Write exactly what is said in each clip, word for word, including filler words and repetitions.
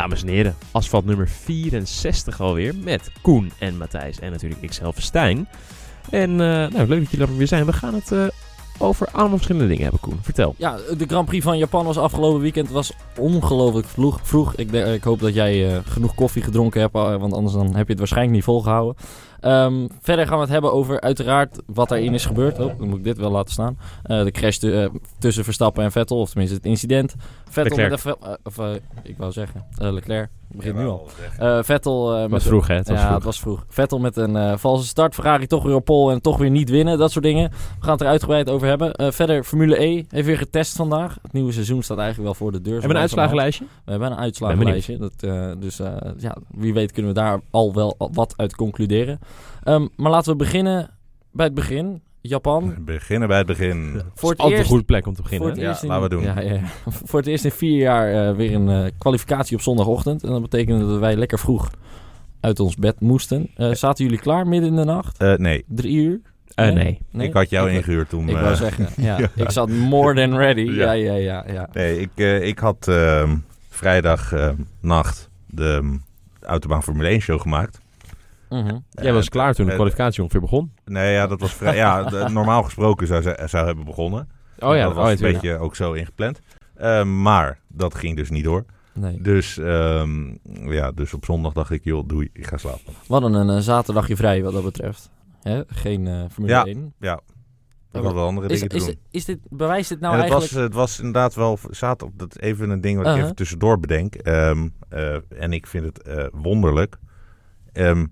Dames en heren, asfalt nummer vierenzestig alweer met Koen en Matthijs en natuurlijk ikzelf Stijn. En uh, nou, leuk dat jullie er weer zijn. We gaan het uh, over allemaal verschillende dingen hebben, Koen. Vertel. Ja, de Grand Prix van Japan was afgelopen weekend. was ongelooflijk vroeg. vroeg. Ik, de, ik hoop dat jij uh, genoeg koffie gedronken hebt, want anders dan heb je het waarschijnlijk niet volgehouden. Um, verder gaan we het hebben over uiteraard wat daarin is gebeurd. Oh, dan moet ik dit wel laten staan. Uh, de crash te, uh, tussen Verstappen en Vettel, of tenminste het incident. Vettel Leclerc. met de... Uh, of, uh, ik wou zeggen, uh, Leclerc. Begint nu al. Uh, Vettel... Uh, het was vroeg, hè? Het was ja, vroeg. het was vroeg. Vettel met een uh, valse start. Ferrari toch weer op pole en toch weer niet winnen. Dat soort dingen. We gaan het er uitgebreid over hebben. Uh, verder, Formule E heeft weer getest vandaag. Het nieuwe seizoen staat eigenlijk wel voor de deur. Hebben we een uitslagenlijstje? We hebben een uitslagenlijstje. Dat, uh, dus uh, ja, wie weet kunnen we daar al wel wat uit concluderen. Um, maar laten we beginnen bij het begin. Japan. Beginnen bij het begin. Voor het altijd eerst, een goede plek om te beginnen. voor het hè? eerst Ja, in, laten we doen. Ja, ja. Voor het eerst in vier jaar uh, weer een uh, kwalificatie op zondagochtend. En dat betekende dat wij lekker vroeg uit ons bed moesten. Uh, zaten jullie klaar midden in de nacht? Uh, nee. Drie uur? Uh, nee. nee. nee. Ik had jou Ik- ingehuurd toen. Ik uh, wou zeggen, ja, ja. ik zat more than ready. Ja, Ja. ja, ja. ja. Nee, ik, uh, ik had uh, vrijdag uh, nacht de um, Autobaan Formule één show gemaakt. Mhm. Jij was Uh, klaar toen de uh, kwalificatie ongeveer begon. Nee, ja, dat was vrij. Ja, de- normaal gesproken zou ze zou hebben begonnen. Oh ja, dat oh, was ja, een tuurlijk. beetje ook zo ingepland. Uh, maar dat ging dus niet door. Nee. Dus, um, ja, dus op zondag dacht ik, joh, doei, ik ga slapen. We hadden een uh, zaterdagje vrij wat dat betreft. Hè? Geen uh, Formule Ja. één. Ja, ik had wel andere Is, dingen te is, doen. dit- is dit, bewijst dit nou en het, eigenlijk... was, het was inderdaad wel zaterdag. Dat is even een ding wat ik Uh-huh. even tussendoor bedenk. Um, uh, en ik vind het uh, wonderlijk. Um,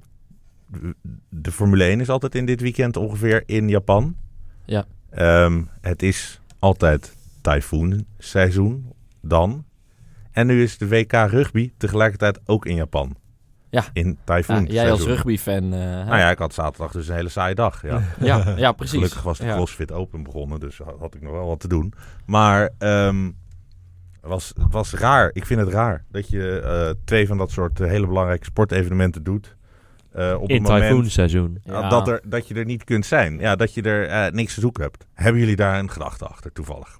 de Formule één is altijd in dit weekend ongeveer in Japan. Ja. Um, het is altijd tyfoonseizoen dan. En nu is de W K rugby tegelijkertijd ook in Japan. Ja. In Ja, tyfoonseizoen. jij als rugbyfan... Uh, Nou ja, ik had zaterdag dus een hele saaie dag. Ja. ja, ja, precies. Gelukkig was de ja. CrossFit Open begonnen, dus had ik nog wel wat te doen. Maar um, het, was, het was raar. Ik vind het raar dat je uh, twee van dat soort uh, hele belangrijke sportevenementen doet. Uh, op In een moment tyfoonseizoen. Ja. dat, er, dat je er niet kunt zijn. Ja, dat je er uh, niks te zoeken hebt. Hebben jullie daar een gedachte achter, toevallig?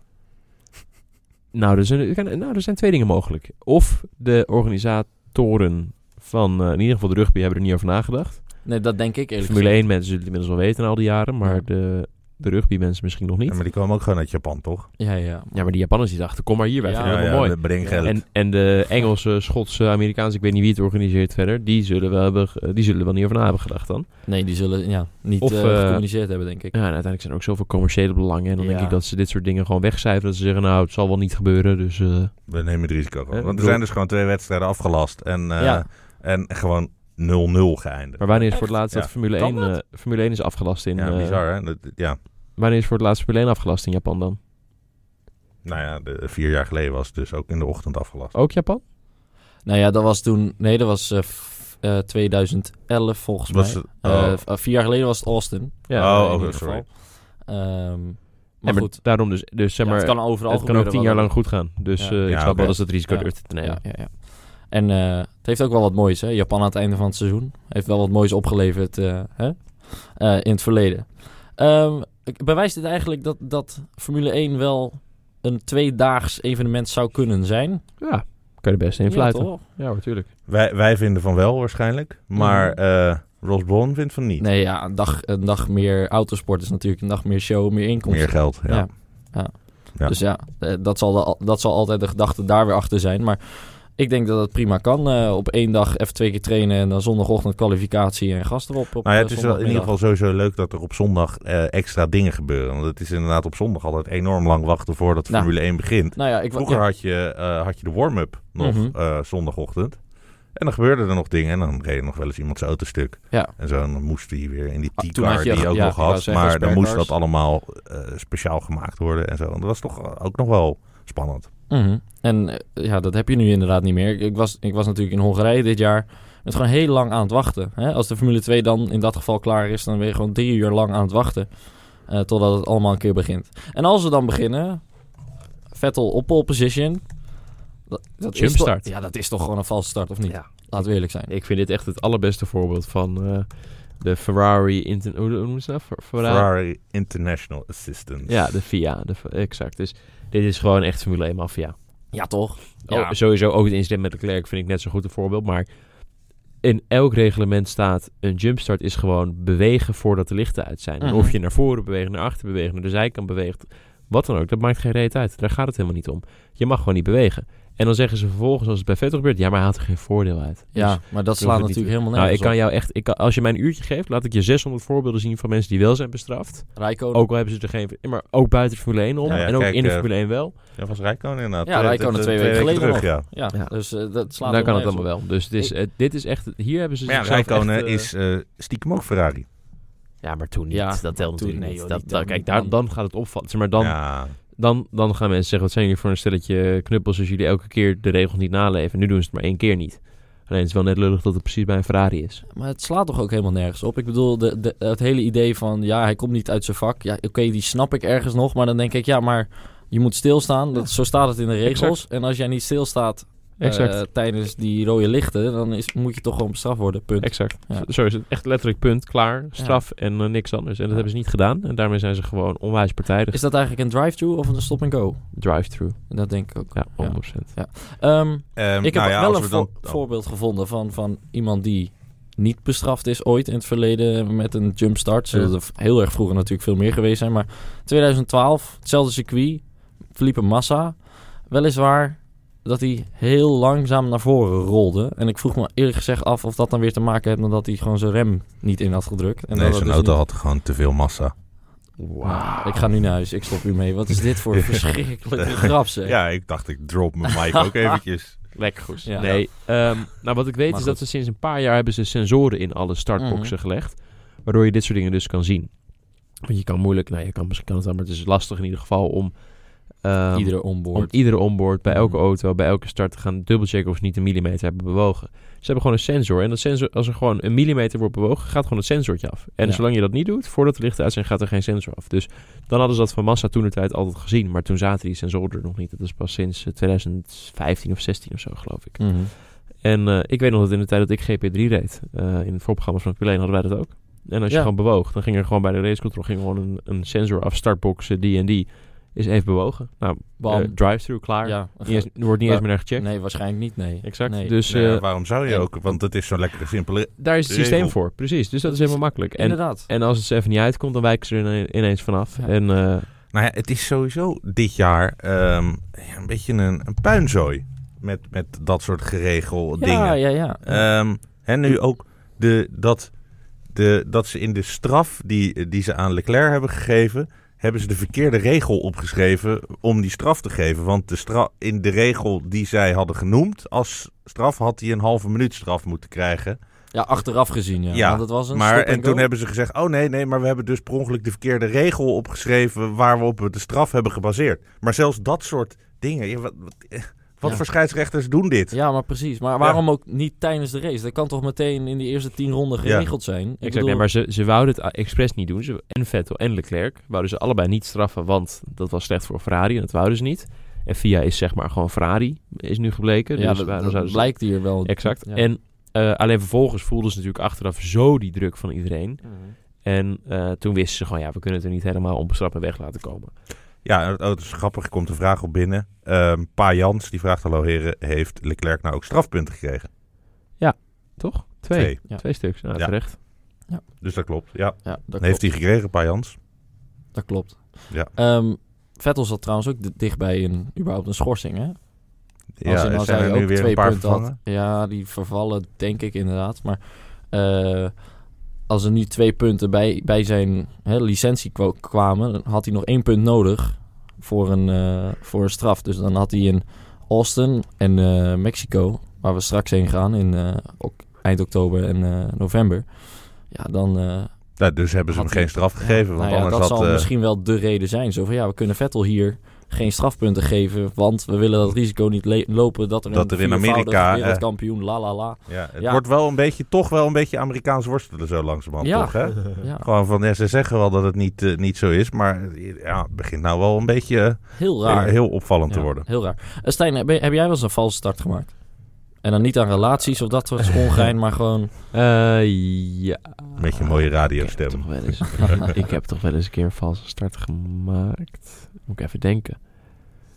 Nou, er zijn, nou, er zijn twee dingen mogelijk. Of de organisatoren van uh, in ieder geval de rugby hebben er niet over nagedacht. Nee, dat denk ik eerlijk Formule gezegd. één mensen zullen het inmiddels wel weten na al die jaren, maar Ja. de, de rugby mensen misschien nog niet. Ja, maar die komen ook gewoon uit Japan, toch? Ja, ja. Ja, maar die Japanners die dachten, kom maar hier, wij Ja, vinden het helemaal mooi. breng geld. En, en de Engelse, Schotse, Amerikaanse, ik weet niet wie het organiseert verder, die zullen wel, hebben, ge- die zullen wel niet over na hebben gedacht dan. Nee, die zullen ja, niet Of, uh, uh, gecommuniceerd hebben, denk ik. Ja, en uiteindelijk zijn er ook zoveel commerciële belangen. En dan Ja. denk ik dat ze dit soort dingen gewoon wegcijferen. Dat ze zeggen, nou, het zal wel niet gebeuren. Dus uh, We nemen het risico gewoon. Eh, Want er bedoel- zijn dus gewoon twee wedstrijden afgelast. En, uh, Ja. en gewoon nul nul geëindigd. maar wanneer is voor Echt? het laatst dat Ja. Formule Kan één, dat? uh, Formule één is afgelast in... Ja, uh, bizar hè? Dat, ja. Wanneer is voor het laatst Formule één afgelast in Japan dan? Nou ja, de, vier jaar geleden was het dus ook in de ochtend afgelast. Ook Japan? Nou ja, dat was toen... Nee, dat was uh, f- uh, twintig elf volgens Was mij. het- Uh, oh. v- uh, vier jaar geleden was het Austin. Ja, Oh, in oh, ieder sorry. geval. Um, Ja, maar maar goed, daarom dus, dus zeg ja, maar, het kan overal het kan gebeuren. ook tien wat jaar dan lang goed gaan. Dus Ja. uh, ik Ja, snap oké. wel dat ze het risico Ja. durft te nemen. Ja, ja, ja. En uh, het heeft ook wel wat moois, hè? Japan aan het einde van het seizoen. Heeft wel wat moois opgeleverd uh, hè? Uh, in het verleden. Um, bewijst dit eigenlijk dat, dat Formule één wel een tweedaags evenement zou kunnen zijn? Ja, kan je er best in Ja, fluiten. toch? Ja, natuurlijk. Wij, wij vinden van wel waarschijnlijk. Maar uh, Ross Brawn vindt van niet. Nee, ja, een dag, een dag meer autosport is natuurlijk een dag meer show, meer inkomsten. Meer geld, ja. Ja. Ja. Ja. Dus ja, eh, dat zal, de, dat zal altijd de gedachte daar weer achter zijn. Maar ik denk dat het prima kan. Uh, op één dag even twee keer trainen en dan zondagochtend kwalificatie en gas erop. Op, Nou ja, uh, het is wel in ieder geval sowieso leuk dat er op zondag uh, extra dingen gebeuren. Want het is inderdaad op zondag altijd enorm lang wachten voordat Nou. Formule één begint. Nou ja, ik, Vroeger ja. had, je, uh, had je de warm-up nog Mhm. uh, zondagochtend. En dan gebeurden er nog dingen. En dan reed nog wel eens iemand zijn auto stuk. Ja. En zo en dan moest hij weer in die Ah, toen T-car had je- die je ook ja, nog ik wou had. zeggen, Maar dan spare moest cars. dat allemaal uh, speciaal gemaakt worden en zo. En dat was toch ook nog wel spannend. Mhm. En uh, ja, dat heb je nu inderdaad niet meer. Ik, ik, was, ik was natuurlijk in Hongarije dit jaar. Met gewoon heel lang aan het wachten. Hè? Als de Formule twee dan in dat geval klaar is, dan ben je gewoon drie uur lang aan het wachten. Uh, totdat het allemaal een keer begint. En als we dan beginnen, Vettel op pole position. Dat, dat is Jumpstart. toch, ja, dat is toch gewoon een valse start, of niet? Ja. Laten we eerlijk zijn. Ik vind dit echt het allerbeste voorbeeld van uh, de Ferrari... Inter- hoe noemen ze dat? Fer- Ferrari? Ferrari International Assistance. Ja, de F I A. De, exact. Dus dit is gewoon echt Formule één maffia. Ja, toch? Oh, Ja. sowieso ook het incident met Leclerc vind ik net zo goed een voorbeeld. Maar in elk reglement staat een jumpstart is gewoon bewegen voordat de lichten uit zijn. En Mhm. of je naar voren beweegt, naar achter beweegt, naar de zijkant beweegt, wat dan ook, dat maakt geen reet uit. Daar gaat het helemaal niet om. Je mag gewoon niet bewegen. En dan zeggen ze vervolgens, als het bij Vettel gebeurt, ja, maar hij haalt er geen voordeel uit. Ja, Dus maar dat hoef slaat het niet natuurlijk te- helemaal nou, ik nergens kan jou echt, ik kan, als je mij een uurtje geeft, laat ik je zeshonderd voorbeelden zien van mensen die wel zijn bestraft. op. Rijkonen. Ook al hebben ze er geen, maar ook buiten de Formule één om. Ja, ja, en ook kijk, in de eh, Formule één wel. Ja, was Rijkonen inderdaad. Ja, Eh, Rijkonen dat- twee dat- weken geleden terug, nog. ja. Ja, Ja. dus uh, dat slaat Daar kan het helemaal allemaal wel. Dus het is, Ik- eh, dit is echt, hier hebben ze Maar ja, zichzelf Rijkonen echt, eh, is eh, stiekem ook Ferrari. Ja, maar toen niet. Ja, dat telt toen- natuurlijk nee, niet. joh, dat, die dat- telt kijk, niet, daar, man. dan gaat het opvallen. Zeg maar dan, Ja, dan, dan gaan mensen zeggen, wat zijn jullie voor een stelletje knuppels als jullie elke keer de regels niet naleven. Nu doen ze het maar één keer niet. Alleen het is wel net lullig dat het precies bij een Ferrari is. Maar het slaat toch ook helemaal nergens op. Ik bedoel, de, de, het hele idee van... ja, hij komt niet uit zijn vak. Ja, oké, die snap ik ergens nog. Maar dan denk ik, ja, maar je moet stilstaan. Dat, zo staat het in de regels. Exact. En als jij niet stilstaat Exact. eh, tijdens die rode lichten... dan is, moet je toch gewoon bestraft worden. Punt. Exact. Ja. Zo is het. Echt letterlijk punt, klaar, straf en eh, niks anders. En dat Ja. hebben ze niet gedaan. En daarmee zijn ze gewoon onwijs partijdig. Is dat eigenlijk een drive-thru of een stop-and-go? Drive-thru. Dat denk ik ook. Ja, honderd procent. Ehm, Ehm, ik heb nou ja, wel als een we vo- dan- oh. voorbeeld gevonden van, van iemand die niet bestraft is ooit in het verleden met een jumpstart. Zullen er heel erg vroeger natuurlijk veel meer geweest zijn. Maar twintig twaalf, hetzelfde circuit, Felipe Massa. Weliswaar dat hij heel langzaam naar voren rolde. En ik vroeg me eerlijk gezegd af of dat dan weer te maken heeft met dat hij gewoon zijn rem niet in had gedrukt. En Nee, dat het zijn dus auto niet- had gewoon te veel massa. Wauw. Ik ga nu naar huis, ik stop u mee. Wat is dit voor verschrikkelijke grap, zeg. Ja, ik dacht ik drop mijn mic ook eventjes. Lekker goed. Ja. Nee, ehm, nou wat ik weet Maar is dat goed. ze sinds een paar jaar hebben ze sensoren in alle startboxen Mhm. gelegd. Waardoor je dit soort dingen dus kan zien. Want je kan moeilijk, nou je kan misschien kan het wel, maar het is lastig in ieder geval om... ehm, Iedere om onboard. iedere onboard bij elke Mhm. auto, bij elke start te gaan dubbelchecken of ze niet een millimeter hebben bewogen. Ze hebben gewoon een sensor. En dat sensor, als er gewoon een millimeter wordt bewogen, gaat gewoon het sensortje af. En Ja. zolang je dat niet doet, voordat de lichten uit zijn, gaat er geen sensor af. Dus dan hadden ze dat van Massa toen de tijd altijd gezien. Maar toen zaten die sensoren er nog niet. Dat is pas sinds eh, twintig vijftien of zestien of zo, geloof ik. Mhm. En eh, ik weet nog dat in de tijd dat ik G P drie reed, eh, in het voorprogramma van Formule één hadden wij dat ook. En als je Ja. gewoon bewoog, dan ging er gewoon bij de racecontrol ging gewoon een, een sensor af, startbox, eh, die en die, is even bewogen. Nou, Bam. eh, drive-thru, klaar. Ja. Niet eens- er wordt niet eens meer naar gecheckt. Nee, waarschijnlijk niet, nee. Exact. Nee. Dus Nou ja, eh, waarom zou je en- ook? Want het is zo'n lekkere, simpele... daar is het systeem regel. voor. Precies. Dus dat is helemaal makkelijk. En, Inderdaad. en als het ze even niet uitkomt, dan wijken ze er ine- ineens vanaf. Ja. En uh, Nou ja, het is sowieso dit jaar um, ja, een beetje een, een puinzooi. Met, met dat soort geregel ja, dingen. ja, ja. ja. Um, en nu ook de, dat, de, dat ze in de straf die, die ze aan Leclerc hebben gegeven, hebben ze de verkeerde regel opgeschreven om die straf te geven. Want de stra- in de regel die zij hadden genoemd als straf had hij een halve minuut straf moeten krijgen. Ja, achteraf gezien, ja. Ja, Want dat was een Maar stop en and toen go. hebben ze gezegd, oh nee, nee, maar we hebben dus per ongeluk de verkeerde regel opgeschreven waarop we de straf hebben gebaseerd. Maar zelfs dat soort dingen, ja, wat, wat, wat Ja. voor scheidsrechters doen dit? Ja, maar precies. Maar waarom ook niet tijdens de race? Dat kan toch meteen in die eerste tien ronden geregeld zijn? Ik exact, bedoel- nee, maar ze, ze wouden het expres niet doen. Ze, en Vettel en Leclerc wouden ze allebei niet straffen, want dat was slecht voor Ferrari en dat wouden ze niet. En V I A is zeg maar gewoon Ferrari, is nu gebleken. ja, dus dat, waarom dat zouden ze- blijkt hier wel. Exact. Ja. En uh, alleen vervolgens voelden ze natuurlijk achteraf zo die druk van iedereen. Mhm. En uh, toen wisten ze gewoon, ja, we kunnen het er niet helemaal onbestraft mee weg laten komen. Ja, het, het is grappig, er komt een vraag op binnen. Um, Pa Jans, die vraagt, hallo heren, heeft Leclerc nou ook strafpunten gekregen? Toch? Twee. Twee. Ja. Twee stuks. Nou, Ja. terecht. Dus dat klopt, ja. Ja, dat Heeft klopt. hij gekregen, Pa Jans? Dat klopt. Ja. Ehm, Vettel zat trouwens ook d- dichtbij een, überhaupt een schorsing, hè? Als Ja, in, als zijn hij er nu ook weer twee een paar punten had. vervangen? Ja, die vervallen denk ik inderdaad. Maar eh, als er nu twee punten bij, bij zijn hè, licentie kwa- kwamen, dan had hij nog één punt nodig voor een, eh, voor een straf. Dus dan had hij in Austin en eh, Mexico, waar we straks heen gaan in eh, ok- eind oktober en eh, november. Ja, dan... eh, Ja, dus hebben ze had hem hij- geen straf gegeven, ja, want nou ja, anders dat had... zal eh, misschien wel de reden zijn. Zo van, ja, we kunnen Vettel hier geen strafpunten geven, want we willen dat risico niet le- lopen dat er Dat een er in viervoudig Amerika, eh, wereldkampioen, la la la. ja, het Ja. wordt wel een beetje, toch wel een beetje Amerikaans worstelen zo langzamerhand, Ja. toch, hè? Ja, Gewoon van, ja, ze zeggen wel dat het niet, uh, niet zo is, maar ja, het begint nou wel een beetje uh, heel raar. heel opvallend Ja, te worden. heel raar. Uh, Stijn, heb, je- heb jij wel eens een valse start gemaakt? En dan niet aan relaties of dat soort ongein, maar gewoon... Uh, ja. Met je mooie Ik radiostem. heb, toch wel eens, ik heb toch wel eens een keer een valse start gemaakt. Moet ik even denken.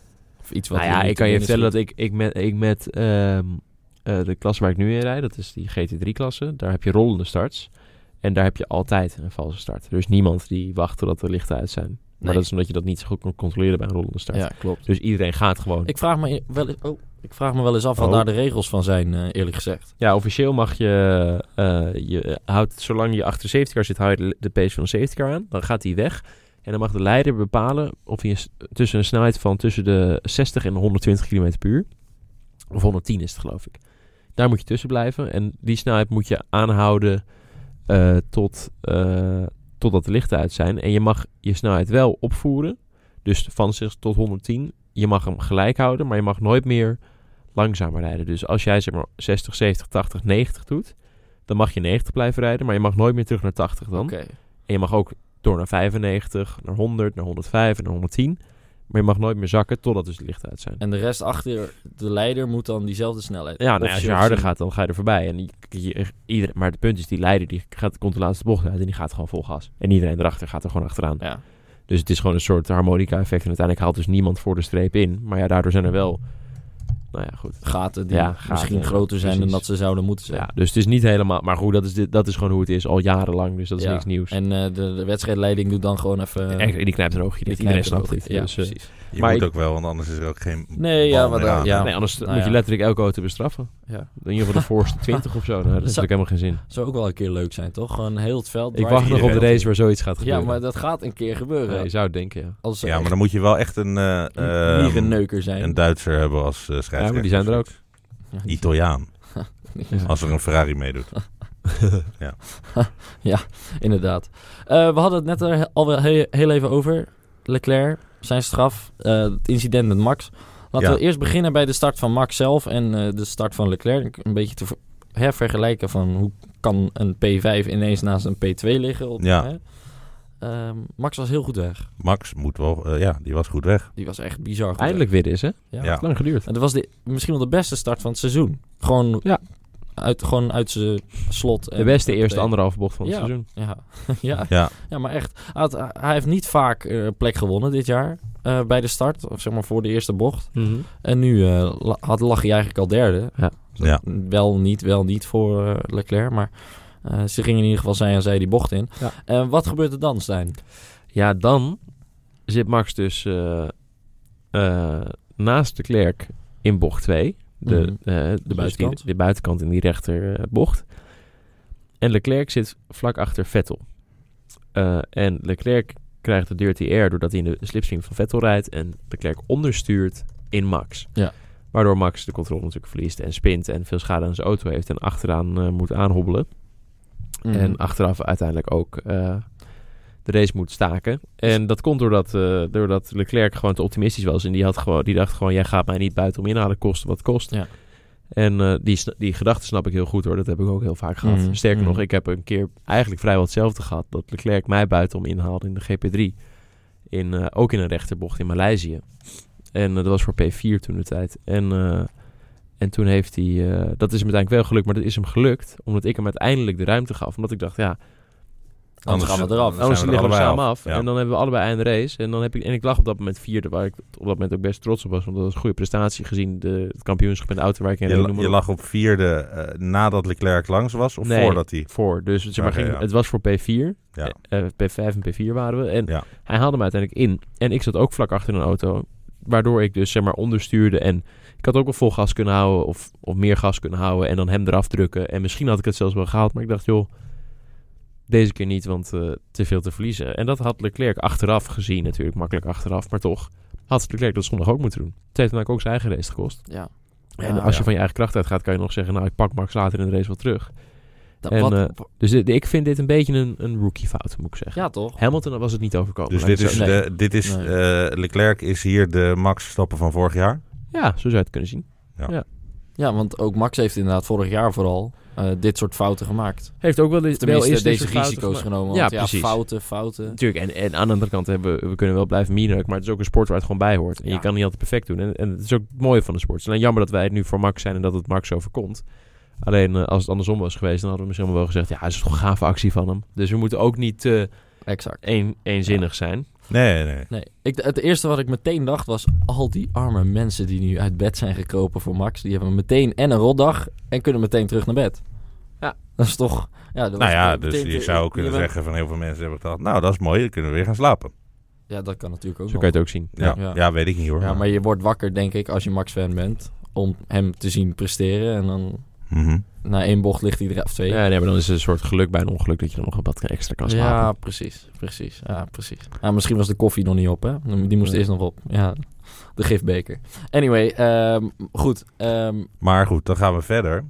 Of iets wat Nou ja, niet ik kan te je binnen vertellen dat schiet. ik, ik met, ik met ehm, uh, de klasse waar ik nu in rijd, dat is die G T drie klasse, daar heb je rollende starts. En daar heb je altijd een valse start. Er is niemand die wacht totdat de lichten uit zijn. Maar Nee. dat is omdat je dat niet zo goed kan controleren bij een rollende start. Ja, klopt. Dus iedereen gaat gewoon. Ik vraag me wel eens, oh, ik vraag me wel eens af wat Oh. daar de regels van zijn, uh, eerlijk gezegd. Ja, officieel mag je, uh, je houdt, zolang je achter de safety car zit, hou je de, de pace van een safety car aan. Dan gaat die weg. En dan mag de leider bepalen of hij tussen een snelheid van tussen de zestig en honderdtwintig kilometer per uur. Of honderdtien is het, geloof ik. Daar moet je tussen blijven. En die snelheid moet je aanhouden uh, tot, uh, totdat de lichten uit zijn. En je mag je snelheid wel opvoeren. Dus van zestig tot honderdtien. Je mag hem gelijk houden, maar je mag nooit meer langzamer rijden. Dus als jij zeg maar zestig, zeventig, tachtig, negentig doet, dan mag je negentig blijven rijden, maar je mag nooit meer terug naar tachtig dan. Oké. En je mag ook door naar vijfennegentig, naar honderd, naar honderdvijf en naar honderdtien. Maar je mag nooit meer zakken totdat dus de lichten uit zijn. En de rest achter de leider moet dan diezelfde snelheid. Ja, nou ja, als je officieel harder gezien. gaat, dan ga je er voorbij. En je, je, iedereen, maar het punt is, die leider die gaat, komt de laatste bocht uit en die gaat gewoon vol gas. En iedereen erachter gaat er gewoon achteraan. Ja. Dus het is gewoon een soort harmonica-effect. En uiteindelijk haalt dus niemand voor de streep in. Maar ja, daardoor zijn er wel... Nou ja, goed. Gaten die Ja, gaten, misschien ja, groter zijn precies. dan dat ze zouden moeten zijn. Ja, dus het is niet helemaal... Maar goed, dat is, dit, dat is gewoon hoe het is. Al jarenlang, dus dat is Ja. niks nieuws. En uh, de, de wedstrijdleiding doet dan gewoon even... En die knijpt een oogje die dicht. Iedereen knijpt snapt er dit. ook. Ja, Dus, uh, precies. Je Maar moet ik- ook wel, want anders is er ook geen Nee, ja, bal maar meer daar- aan, ja. hè? nee, anders Nou moet je ja. letterlijk elke auto bestraffen. Ja. In ieder geval de voorste twintig of zo. Nou, dat heeft Zou- natuurlijk helemaal geen zin. Zou ook wel een keer leuk zijn, toch? Gewoon heel het veld. Ik drive wacht nog op de iedereen. race waar zoiets gaat gebeuren. Ja, maar dat gaat een keer gebeuren. Nee, je zou het denken, ja. Als ze Ja, echt maar dan moet je wel echt een, eh een ehm, neuker zijn. een Duitser hebben als uh, scheidsrechter. Ja, maar die zijn er ook. Ja, die- Italiaan, Ja. als er een Ferrari meedoet. Inderdaad. Uh, we hadden het net er al wel heel, heel even over. Leclerc, zijn straf, uh, het incident met Max. Laten Ja. we eerst beginnen bij de start van Max zelf en uh, de start van Leclerc. Een beetje te ver- hè, vergelijken van hoe kan een P vijf ineens naast een P twee liggen. Op, Ja. hè? Um, Max was heel goed weg. Max moet wel, eh, ja, die was goed weg. Die was echt bizar goed Eindelijk weer is, hè? Het weg. Ja. Ja. heeft lang geduurd. En dat was de, misschien wel de beste start van het seizoen. Gewoon Ja. uit, gewoon uit zijn slot. De en- beste en- eerste anderhalve bocht van het Ja. seizoen. Ja. ja. Ja, Ja, maar echt. Hij, had- hij heeft niet vaak uh, plek gewonnen dit jaar uh, bij de start. Of zeg maar voor de eerste bocht. Mm-hmm. En nu uh, la- had, lag hij eigenlijk al derde. Ja. ja. Wel niet, wel niet voor uh, Leclerc. Maar uh, ze gingen in ieder geval zij en zij die bocht in. Ja. En wat gebeurt er dan, Stijn? Ja, dan zit Max dus uh, uh, naast de Leclerc in bocht twee. De, Mhm. uh, de, De buitenkant. Die, de buitenkant in die rechter uh, bocht. En Leclerc zit vlak achter Vettel. Uh, en Leclerc krijgt de dirty air doordat hij in de slipstream van Vettel rijdt. En Leclerc onderstuurt in Max. Ja. Waardoor Max de controle natuurlijk verliest en spint en veel schade aan zijn auto heeft en achteraan uh, moet aanhobbelen. Mhm. En achteraf uiteindelijk ook uh, de race moet staken. En dat komt doordat, uh, doordat Leclerc gewoon te optimistisch was. En die, had gewoon, die dacht gewoon, jij gaat mij niet buiten om inhalen, kosten wat kost. Ja. En uh, die, die gedachte snap ik heel goed hoor. Dat heb ik ook heel vaak gehad. Mhm. Sterker Mhm. nog, ik heb een keer eigenlijk vrijwel hetzelfde gehad. Dat Leclerc mij buitenom inhaalde in de G P drie. In, uh, ook in een rechterbocht in Maleisië. En uh, dat was voor P vier toen de tijd. En... Uh, En toen heeft hij... Uh, dat is hem uiteindelijk wel gelukt, maar dat is hem gelukt omdat ik hem uiteindelijk de ruimte gaf. Omdat ik dacht, ja, Anders gaan we eraf. zijn anders we er liggen we allebei samen af. Ja. En dan hebben we allebei een race. En, dan heb ik, en ik lag op dat moment vierde, waar ik op dat moment ook best trots op was. Want dat was een goede prestatie gezien de, het kampioenschap in de auto waar ik in Je, reed. la- noem maar je op. lag op vierde uh, nadat Leclerc langs was of Nee. voordat hij? Voor. Dus zeg maar, Oké, ging, ja. het was voor P vier. Ja. Uh, P vijf en P vier waren we. En Ja. hij haalde me uiteindelijk in. En ik zat ook vlak achter een auto. Waardoor ik dus zeg maar onderstuurde. En ik had ook wel vol gas kunnen houden. Of, of meer gas kunnen houden. En dan hem eraf drukken. En misschien had ik het zelfs wel gehaald. Maar ik dacht, joh, deze keer niet. Want uh, te veel te verliezen. En dat had Leclerc achteraf gezien natuurlijk. Makkelijk achteraf. Maar toch had Leclerc dat zondag ook moeten doen. Het heeft namelijk ook zijn eigen race gekost. Ja. En Ja, als ja. je van je eigen kracht uitgaat, kan je nog zeggen, nou, ik pak Max later in de race wel terug. Dat, En, wat, uh, Dus dit, ik vind dit een beetje een, een rookie fout, moet ik zeggen. ja, toch? Hamilton was het niet overkomen. Dus laat ik dit het is, zo nee. de, dit is Nee. uh, Leclerc is hier de Max Verstappen van vorig jaar. Ja, zo zou je het kunnen zien. Ja, want ook Max heeft inderdaad vorig jaar vooral uh, dit soort fouten gemaakt. Heeft ook wel, wel Tenminste, eens dit deze soort fouten risico's gemaakt. genomen. Ja, Want ja, precies. fouten, fouten. Natuurlijk, en, en aan de andere kant hebben we, we kunnen wel blijven mineuken, maar het is ook een sport waar het gewoon bij hoort. En Ja. je kan niet altijd perfect doen. En, en het is ook het mooie van de sport. Het is alleen jammer dat wij het nu voor Max zijn en dat het Max overkomt. Alleen uh, als het andersom was geweest, dan hadden we misschien wel gezegd, ja, het is toch een gave actie van hem. Dus we moeten ook niet uh, Exact. een, eenzinnig zijn. Nee, nee. Nee. Ik, het eerste wat ik meteen dacht was... al die arme mensen die nu uit bed zijn gekropen voor Max... die hebben meteen en een rotdag... en kunnen meteen terug naar bed. Ja. Dat is toch... Ja, dat Nou was ja, meteen- dus je zou je kunnen bent- zeggen van heel veel mensen hebben gedacht... nou, dat is mooi, dan kunnen we weer gaan slapen. Ja, dat kan natuurlijk ook Zo nog. kan je het ook zien. Ja, Ja. ja. weet ik niet hoor. Ja, maar je wordt wakker, denk ik, als je Max-fan bent... om hem te zien presteren. En dan Mhm. na één bocht ligt hij er... of twee. Ja, nee, maar dan is het een soort geluk bij een ongeluk... dat je dan nog een wat extra kan slapen. Ja, precies. Precies. Ja, precies. Ja, misschien was de koffie nog niet op, hè? Die moest Nee. eerst nog op. Ja, de gifbeker. Anyway, ehm, goed. ehm, Maar goed, dan gaan we verder.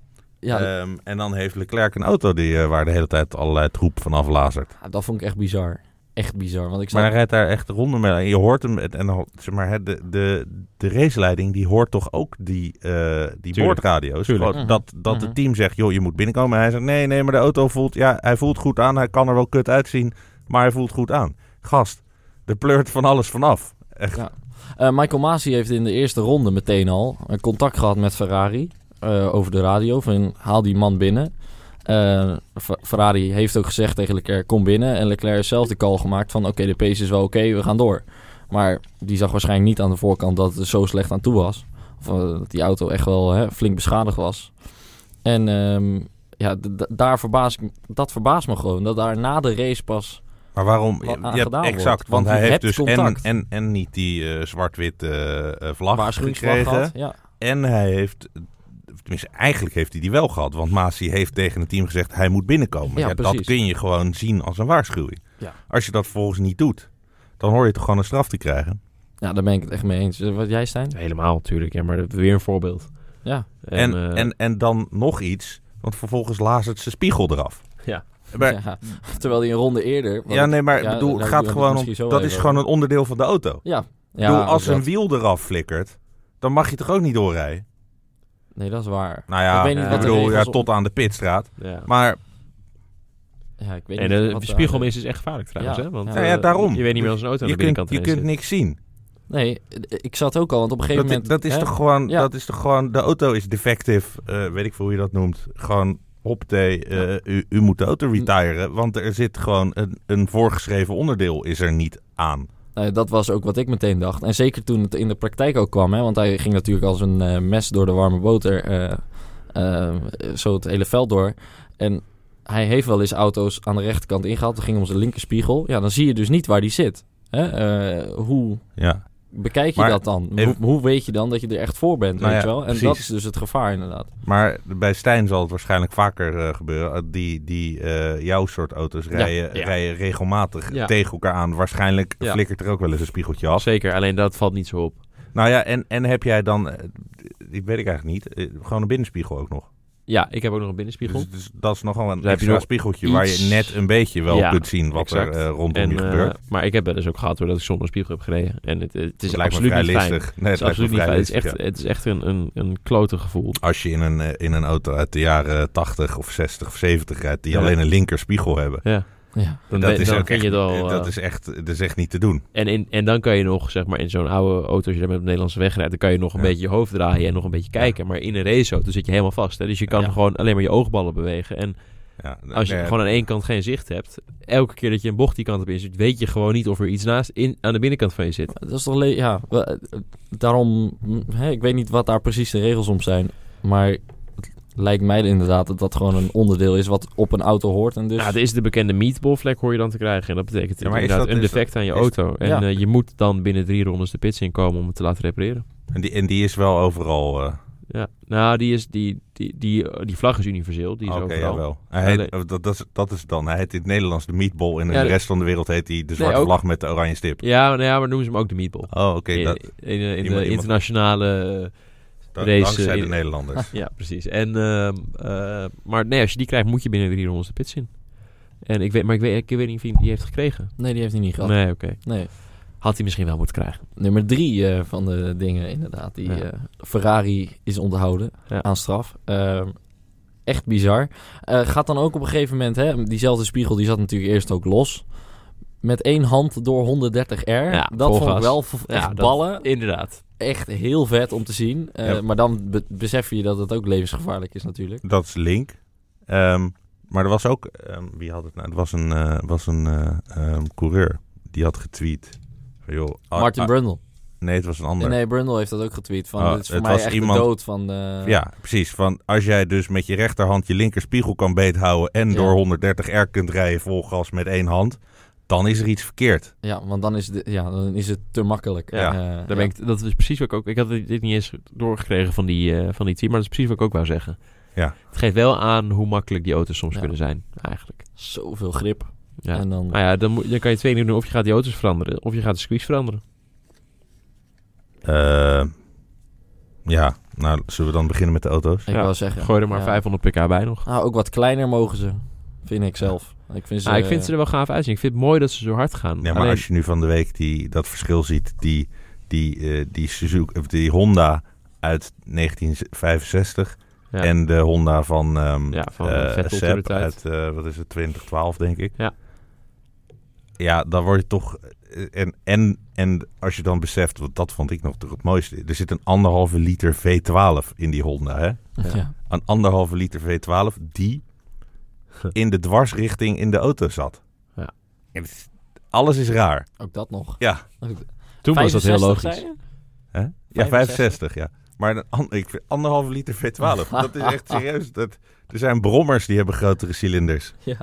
ja, Ehm, en dan heeft Leclerc een auto die, eh, waar de hele tijd allerlei troep van aflazert. dat vond ik echt bizar. Echt bizar. Want ik zat... Maar hij rijdt daar echt ronden mee. En je hoort hem, en dan, zeg maar, hè, de, de, de raceleiding die hoort toch ook die, eh die Tuurlijk. boordradio's. Tuurlijk. Gewoon Mhm. Dat, dat Mhm. het team zegt, joh, je moet binnenkomen. En hij zegt, nee, nee, maar de auto voelt, ja, hij voelt goed aan. Hij kan er wel kut uitzien, maar hij voelt goed aan. Gast, er pleurt van alles vanaf. Echt. Ja. Eh, Michael Masi heeft in de eerste ronde meteen al een contact gehad met Ferrari eh, over de radio. Van haal die man binnen. Eh, F- Ferrari heeft ook gezegd tegen Leclerc kom binnen. En Leclerc heeft zelf de call gemaakt van oké, de pace is wel oké, we gaan door. Maar die zag waarschijnlijk niet aan de voorkant dat het er zo slecht aan toe was. Of eh, dat die auto echt wel hè, flink beschadigd was. En ehm, ja, d- d- daar verbaas ik, dat verbaast me gewoon. Dat daar na de race pas... Maar waarom? Wat aan Ja, gedaan exact, wordt. want, Want hij je heeft hebt dus en, contact. en, en niet die eh, zwart-wit eh, eh, vlag waarschuwingsvlag gekregen. gehad. Ja. En hij heeft, tenminste eigenlijk heeft hij die wel gehad. Want Masi heeft tegen het team gezegd, hij moet binnenkomen. Ja, Ja, dat precies. kun je gewoon zien als een waarschuwing. Ja. Als je dat vervolgens niet doet, dan hoor je toch gewoon een straf te krijgen. ja, daar ben ik het echt mee eens. Wat jij, Stijn? Helemaal, natuurlijk. Ja, maar dat is weer een voorbeeld. Ja. En, En, en, eh, en, dan nog iets, want vervolgens lazert zijn spiegel eraf. ja. Maar, Ja, terwijl die een ronde eerder... wat ja, ik- nee, maar ja, bedoel, daar het hebben gaat we gewoon misschien om, zo dat is even gewoon over. een onderdeel van de auto. Ja. Ik ja bedoel, als ook dat. een wiel eraf flikkert, dan mag je toch ook niet doorrijden? Nee, dat is waar. Nou ja, Ik weet niet ik wat de bedoel, ja, regels op- tot aan de pitstraat. ja. Maar Ja, ik weet En niet de wat de- spiegelmist is echt gevaarlijk trouwens, Ja. hè? Want Ja, Nou ja, eh, daarom. je weet niet meer als een auto aan je de kunt, binnenkant je ineens kunt zit. niks zien. Nee, ik zat ook al, want op een gegeven Dat, moment... dat is hè, toch gewoon, Ja. dat is toch gewoon, de auto is defectief, eh, weet ik veel hoe je dat noemt. Gewoon, hoppatee, eh u, u moet de auto retiren, want er zit gewoon een, een voorgeschreven onderdeel is er niet aan. eh, dat was ook wat ik meteen dacht. En zeker toen het in de praktijk ook kwam, hè, want hij ging natuurlijk als een eh, mes door de warme boter eh, eh, zo het hele veld door. En hij heeft wel eens auto's aan de rechterkant ingehaald. Het ging om zijn linkerspiegel. Ja, dan zie je dus niet waar die zit. Hè? Eh, hoe Ja. bekijk je Maar dat dan? even- Hoe, hoe weet je dan dat je er echt voor bent, Nou weet ja, je wel? En precies. dat is dus het gevaar inderdaad. Maar bij Stijn zal het waarschijnlijk vaker eh, gebeuren. Uh, Die, die eh, jouw soort auto's Ja, rijden, ja. rijden regelmatig Ja. tegen elkaar aan. Waarschijnlijk Ja. flikkert er ook wel eens een spiegeltje af. Zeker, alleen dat valt niet zo op. Nou ja, en, en heb jij dan, eh, ik weet ik eigenlijk niet, eh, gewoon een binnenspiegel ook nog? Ja, ik heb ook nog een binnenspiegel. Dus, dus dat is nogal een Dan heb je extra nog spiegeltje waar je iets- net een beetje wel Ja, kunt zien wat exact. er eh, rondom En, je eh, gebeurt. maar ik heb wel eens ook gehad doordat ik zonder spiegel heb gereden. En het, het is Het lijkt me absoluut vrij niet fijn. listig. Nee, Het het is lijkt me absoluut niet vrij fijn. Het is listig, echt, ja. het is echt een, een, een klote gevoel. Als je in een, eh, in een auto uit de jaren tachtig of zestig of zeventig rijdt die Ja. alleen een linkerspiegel hebben. Ja, Ja. dan, Dat ben- is dan ook ken je echt, het al. dat eh, is echt, dat is echt niet te doen. en, in, en dan kan je nog, zeg maar, in zo'n oude auto, als je daar met op de Nederlandse weg rijdt, dan kan je nog een Ja. beetje je hoofd draaien en nog een beetje kijken. Maar in een raceauto zit je helemaal vast. Hè? Dus je kan Ja. gewoon alleen maar je oogballen bewegen. En Ja, als je nee, gewoon aan één kant geen zicht hebt, elke keer dat je een bocht die kant op in zit, weet je gewoon niet of er iets naast in, aan de binnenkant van je zit. Dat is toch... le- Ja, we- eh, daarom... hm, Hè, ik weet niet wat daar precies de regels om zijn. Maar het lijkt mij inderdaad dat dat gewoon een onderdeel is wat op een auto hoort. En dus... Ja, er is de bekende meatballvlek hoor je dan te krijgen. En dat betekent Ja, maar is inderdaad dat- een is defect aan je is- auto. En Ja. eh, je moet dan binnen drie rondes de pits inkomen om het te laten repareren. En die, en die is wel overal. eh, Ja, nou, die, is, die, die, die, die vlag is universeel. Die is Oké, overal. jawel. Hij heet, Alleen- oh, dat, dat, is, dat is het dan. Hij heet in het Nederlands de meatball. En in Ja, de de- rest van de wereld heet hij de zwarte ook- vlag met de oranje stip. Ja, maar, nou ja, maar noemen ze hem ook de meatball. Oh, oké. in dat, in, in de iemand- iemand- internationale da- race, dankzij eh, de in- Nederlanders. ja, precies. En, ehm, eh, maar nee, als je die krijgt, moet je binnen drie rondes de pits in. En ik weet, maar ik weet, ik weet niet of hij die heeft gekregen. Nee, die heeft hij niet gehad. Nee, oké. Nee. Had hij misschien wel moeten krijgen. Nummer drie eh, van de dingen inderdaad. Die Ja. eh, Ferrari is onthouden Ja. aan straf. Ehm, echt bizar. Eh, gaat dan ook op een gegeven moment... Hè, diezelfde spiegel die zat natuurlijk eerst ook los. Met één hand door honderddertig R. Ja, dat vol vond ik gas. wel v- echt Ja, dat- ballen. Inderdaad. Echt heel vet om te zien. Eh, Ja. Maar dan be- besef je dat het ook levensgevaarlijk is natuurlijk. Dat is Link. Ehm, maar er was ook... ehm, wie had het nou? Het was een, eh, was een eh, ehm, coureur. die had getweet. Van, joh, ah, Martin ah, Brundle. Nee, het was een ander. Nee, nee, Brundle heeft dat ook getweet. Van, Oh, dit is voor het mij was echt iemand- de dood van... De... Ja, precies. Van als jij dus met je rechterhand je linkerspiegel kan beethouden en Ja. door honderddertig R kunt rijden vol gas met één hand, dan is er iets verkeerd. Ja, want dan is, de, ja, dan is het te makkelijk. Ja, Eh, Daar ja. ben ik, dat is precies wat ik ook... Ik had dit niet eens doorgekregen van die, uh, van die team, maar dat is precies wat ik ook wou zeggen. Ja. Het geeft wel aan hoe makkelijk die auto's soms Ja. kunnen zijn, eigenlijk. Zoveel grip. Ja. En dan... Nou ja, dan, moet, dan kan je twee dingen doen. Of je gaat die auto's veranderen, of je gaat de squeeze veranderen. Uh, ja, nou zullen we dan beginnen met de auto's? Ik Ja, wou zeggen... Gooi er maar ja. vijfhonderd pk bij nog. Nou, ook wat kleiner mogen ze, vind ik zelf. Ik vind ze, Ah, ik vind ze er wel gaaf uitzien. Ik vind het mooi dat ze zo hard gaan. Ja, maar Alleen- als je nu van de week die, dat verschil ziet, die, die, uh, die, Suzuki, of die Honda uit negentien vijfenzestig ja. en de Honda van, um, Ja, van, uh, uh, Vettel toen de Sepp tijd. uit, uh, wat is het, twintig twaalf denk ik. Ja. Ja, dan word je toch... En, en, en als je dan beseft, want dat vond ik nog toch het mooiste. Er zit een anderhalve liter V twaalf in die Honda, hè? Ja. Ja. Een anderhalve liter V twaalf die in de dwarsrichting in de auto zat. Ja. En het is- alles is raar. Ook dat nog. Ja. Toen was dat heel vijfenzestig, logisch. zei je? Hè? Ja, vijfenzestig. vijfenzestig, ja. Maar een, an- ik vind anderhalve liter V twaalf, dat is echt serieus. Dat, er zijn brommers die hebben grotere cilinders, Ja.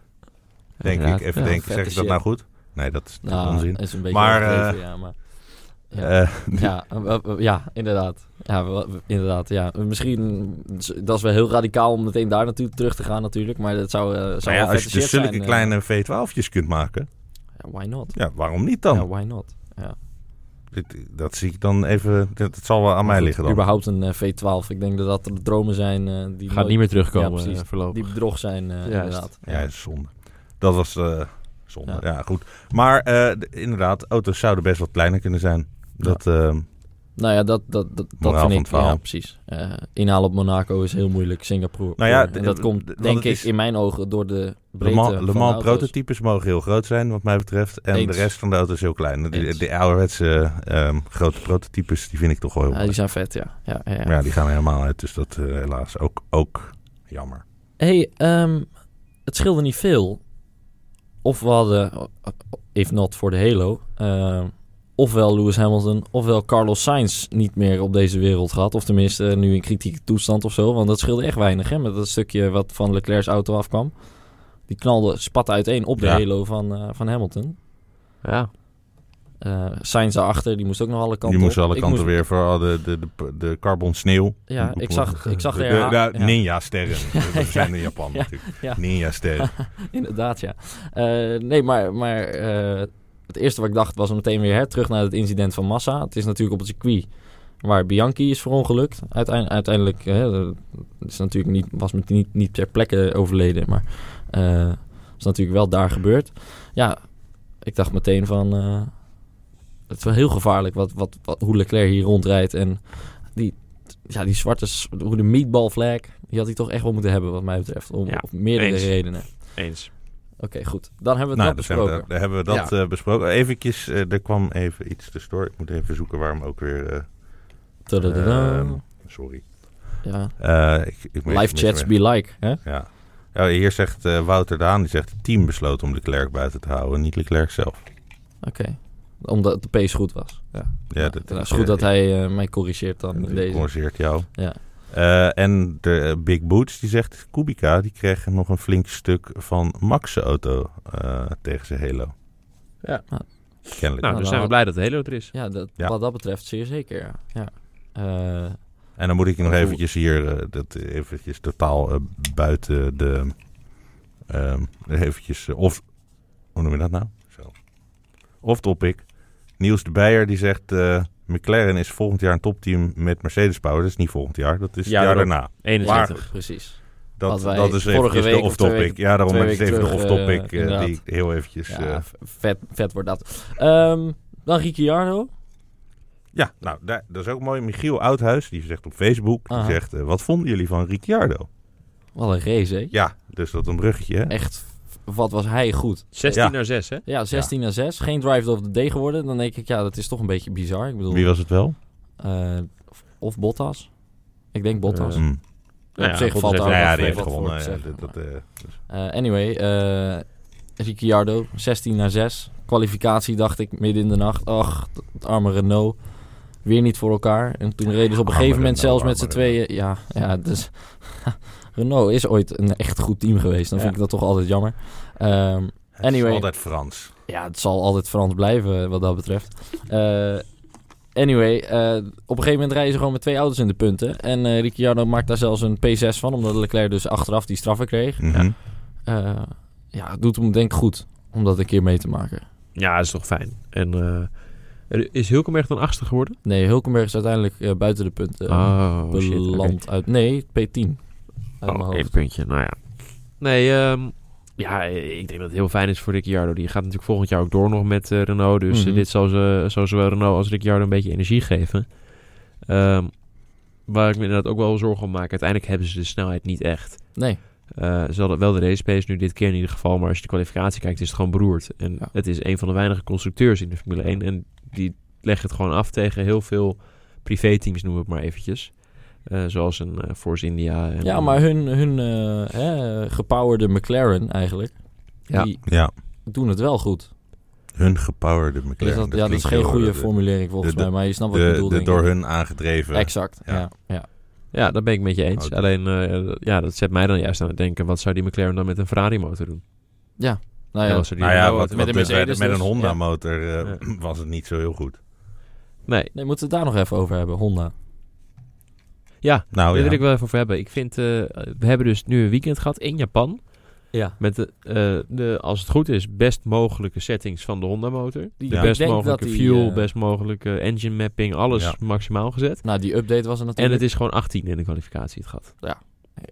denk Inderdaad. ik. Even Ja, denken, vette zeg ik dat shit. nou goed? Nee, dat is natuurlijk Nou, onzin. is een beetje Maar, overdreven, eh, ja, maar... Ja. Eh, Ja, uh, uh, ja, inderdaad. Ja, we- we- inderdaad, ja. Misschien, dat is wel heel radicaal om meteen daar naartoe terug te gaan natuurlijk, maar dat zou, uh, zou nou wel ja, als vette je dus shit zulke zijn, uh, kleine V twaalf'tjes kunt maken, ja, why not? ja, waarom niet dan? Ja, why not? Ja. Dit- Dat zie ik dan even, dat, dat zal wel aan mij Goed, liggen dan. Überhaupt een uh, V twaalf. Ik denk dat dat de dromen zijn uh, die, Gaat nooit- niet meer terugkomen Ja, precies. eh, voorlopig. die bedrog zijn, uh, Juist. inderdaad. Ja, dat is zonde. Dat was uh, zonde, ja. Ja. goed. Maar uh, d- inderdaad, auto's zouden best wat kleiner kunnen zijn. Dat, uh, Nou ja, dat, dat, dat, Moraal dat van vind het ik, verhaal. ja, precies. Uh, inhalen op Monaco is heel moeilijk, Singapore. Nou ja, en dat d- komt, d- want denk het ik, is- in mijn ogen door de Le breedte Mans, van Le de Mans auto's. prototypes mogen heel groot zijn, wat mij betreft. En Eens. de rest van de auto's heel klein. De, Eens. de ouderwetse um, grote prototypes, die vind ik toch wel heel Ja, mooi. die zijn vet, ja. ja, ja, ja. Maar ja, die gaan er helemaal uit. Dus dat uh, helaas ook, ook jammer. Hey, um, het scheelde niet veel. Of we hadden, if not voor de Halo, uh, ofwel Lewis Hamilton, ofwel Carlos Sainz niet meer op deze wereld gehad. Of tenminste uh, nu in kritieke toestand of zo. Want dat scheelde echt weinig, hè, met dat stukje wat van Leclerc's auto afkwam. Die knalde, spatte uiteen op de Ja. Halo van, uh, van Hamilton. Ja. Uh, Sainz daarachter, die moest ook nog alle kanten Die moesten op. alle Ik kanten moest- weer voor de, de, de, de carbon sneeuw. Ja, ik zag, ik zag de, de, herha- de ja. ninja-sterren. We zijn in Japan Ja, natuurlijk. ja. Ninja-sterren. Inderdaad, ja. Uh, nee, maar, maar uh, het eerste wat ik dacht was meteen weer hè, terug naar het incident van Massa. Het is natuurlijk op het circuit waar Bianchi is verongelukt. Uiteindelijk, uiteindelijk hè, het is natuurlijk niet, was met niet, niet ter plekke overleden, maar uh, het is natuurlijk wel daar gebeurd. Ja, ik dacht meteen van... Uh, het is wel heel gevaarlijk wat, wat, wat, hoe Leclerc hier rondrijdt. En die, ja, die zwarte, hoe de meatball flag, die had hij toch echt wel moeten hebben wat mij betreft. Om, Ja, op meerdere eens. redenen. Eens. Oké, okay, goed. Dan hebben we Nou, het daar, dat zijn we, besproken. daar hebben we dat Ja. uh, besproken. Eventjes, uh, er kwam even iets tussendoor. Ik moet even zoeken waarom ook weer... Uh, Tadadada. uh, sorry. Ja. Uh, ik, ik moet Live even chats missen. be like, hè? Ja. Ja, hier zegt uh, Wouter Daan, die zegt... het team besloot om Leclerc buiten te houden, niet Leclerc zelf. Oké. Okay. Omdat de pace goed was. Ja. Ja, dat, Het is goed dat hij uh, mij corrigeert dan in Die deze. corrigeert jou. Ja. Uh, en de uh, Big Boots, die zegt... Kubica, die kreeg nog een flink stuk van Max' auto uh, tegen zijn Halo. Ja. Kennelijk. Nou, dus zijn we blij dat de Halo er is. Ja, dat, Ja. wat dat betreft zeer zeker, ja. ja. Uh, En dan moet ik nog Hoe- eventjes hier, uh, dat eventjes totaal uh, buiten de, um, eventjes, uh, of, hoe noem je dat nou? Zo. Off topic. Niels de Beijer die zegt, uh, McLaren is volgend jaar een topteam met Mercedes Power. Dat is niet volgend jaar, dat is het Ja, jaar daarom. daarna. eenentwintig. precies. Dat, Wat wij dat is vorige eventjes week de of twee off-topic. weken- Ja, daarom twee is het weken even de terug, off-topic uh, uh, die inderdaad. ik heel eventjes... Ja, uh, v- vet, vet wordt dat. Um, dan Ricciardo. ja, nou, daar, dat is ook mooi. Michiel Oudhuis, die zegt op Facebook, die Aha. zegt, uh, wat vonden jullie van Ricciardo? Wat een race, hè? Ja, dus dat een bruggetje, hè? Echt, wat was hij goed. zestien Ja. naar zes, hè? Ja, zestien naar zes. Geen drive of the day geworden. Dan denk ik, ja, dat is toch een beetje bizar. Ik bedoel, Wie was het wel? uh, of, of Bottas. Ik denk Bottas. Uh, Mm. Nou op ja, zich Bottas valt heeft- daar Ja, ja, wat die voor- heeft wat gewonnen. voor Ja, te zeggen, dat, dat, uh, dus- Uh, anyway, uh, Ricciardo, zestien naar zes. kwalificatie dacht ik midden in de nacht, ach, het arme Renault, weer niet voor elkaar. En toen reden ze op een Arme gegeven moment Renault, zelfs met z'n arme tweeën. Ja, ja, dus Renault is ooit een echt goed team geweest. Dan Ja. vind ik dat toch altijd jammer. Um, Het Anyway. is altijd Frans. ja, het zal altijd Frans blijven wat dat betreft. Uh, anyway, uh, op een gegeven moment rijden ze gewoon met twee auto's in de punten. En uh, Ricciardo maakt daar zelfs een P zes van, omdat Leclerc dus achteraf die straffen kreeg. Mhm. Uh, ja, het doet hem denk ik goed om dat een keer mee te maken. Ja, dat is toch fijn. En uh, is Hülkenberg dan achtste geworden? Nee, Hülkenberg is uiteindelijk uh, buiten de punten uh, oh, shit. beland uit... Nee, P tien. Uit Oh, mijn één hoofd. puntje. Nou ja. Nee, um, ja, ik denk dat het heel fijn is voor Ricciardo. Die gaat natuurlijk volgend jaar ook door nog met uh, Renault. Dus Mm-hmm. uh, dit zal, ze, zal zowel Renault als Ricciardo een beetje energie geven. Um, waar ik me inderdaad ook wel zorgen om maak. Uiteindelijk hebben ze de snelheid niet echt. Nee. Uh, ze hadden wel de race pace nu dit keer in ieder geval. Maar als je de kwalificatie kijkt is het gewoon beroerd. En Ja. het is een van de weinige constructeurs in de Formule één. En die leggen het gewoon af tegen heel veel privéteams, noem ik maar eventjes. Uh, zoals een uh, Force India. En, Ja, maar hun, hun uh, hè, gepowerde McLaren eigenlijk, Ja. die Ja, doen het wel goed. hun gepowerde McLaren. Dus dat, ja, dat is klinkt geen heel- goede de- formulering volgens de- mij, maar je snapt wat ik De, bedoel. de denk door ik. hun aangedreven... Exact, ja. Ja. ja. Ja, dat ben ik met je eens. Auto. Alleen, uh, ja, dat zet mij dan juist aan het denken... wat zou die McLaren dan met een Ferrari-motor doen? Nou En ja, wat zou die Nou ja, Renault wat, auto wat met doen? een met, Mercedes met een dus, Honda-motor uh, Ja. was het niet zo heel goed. Nee, nee, moeten we het daar nog even over hebben, Honda. ja, Nou daar ja, wil ik wel even over hebben. Ik vind, uh, we hebben dus nu een weekend gehad in Japan... Ja. met de, uh, de, als het goed is, best mogelijke settings van de Honda-motor. Die- De Ja. best ik denk mogelijke dat die, fuel, uh, best mogelijke engine mapping, alles Ja. maximaal gezet. Nou, die update was er En natuurlijk. het is gewoon achttien in de kwalificatie het gat. Ja.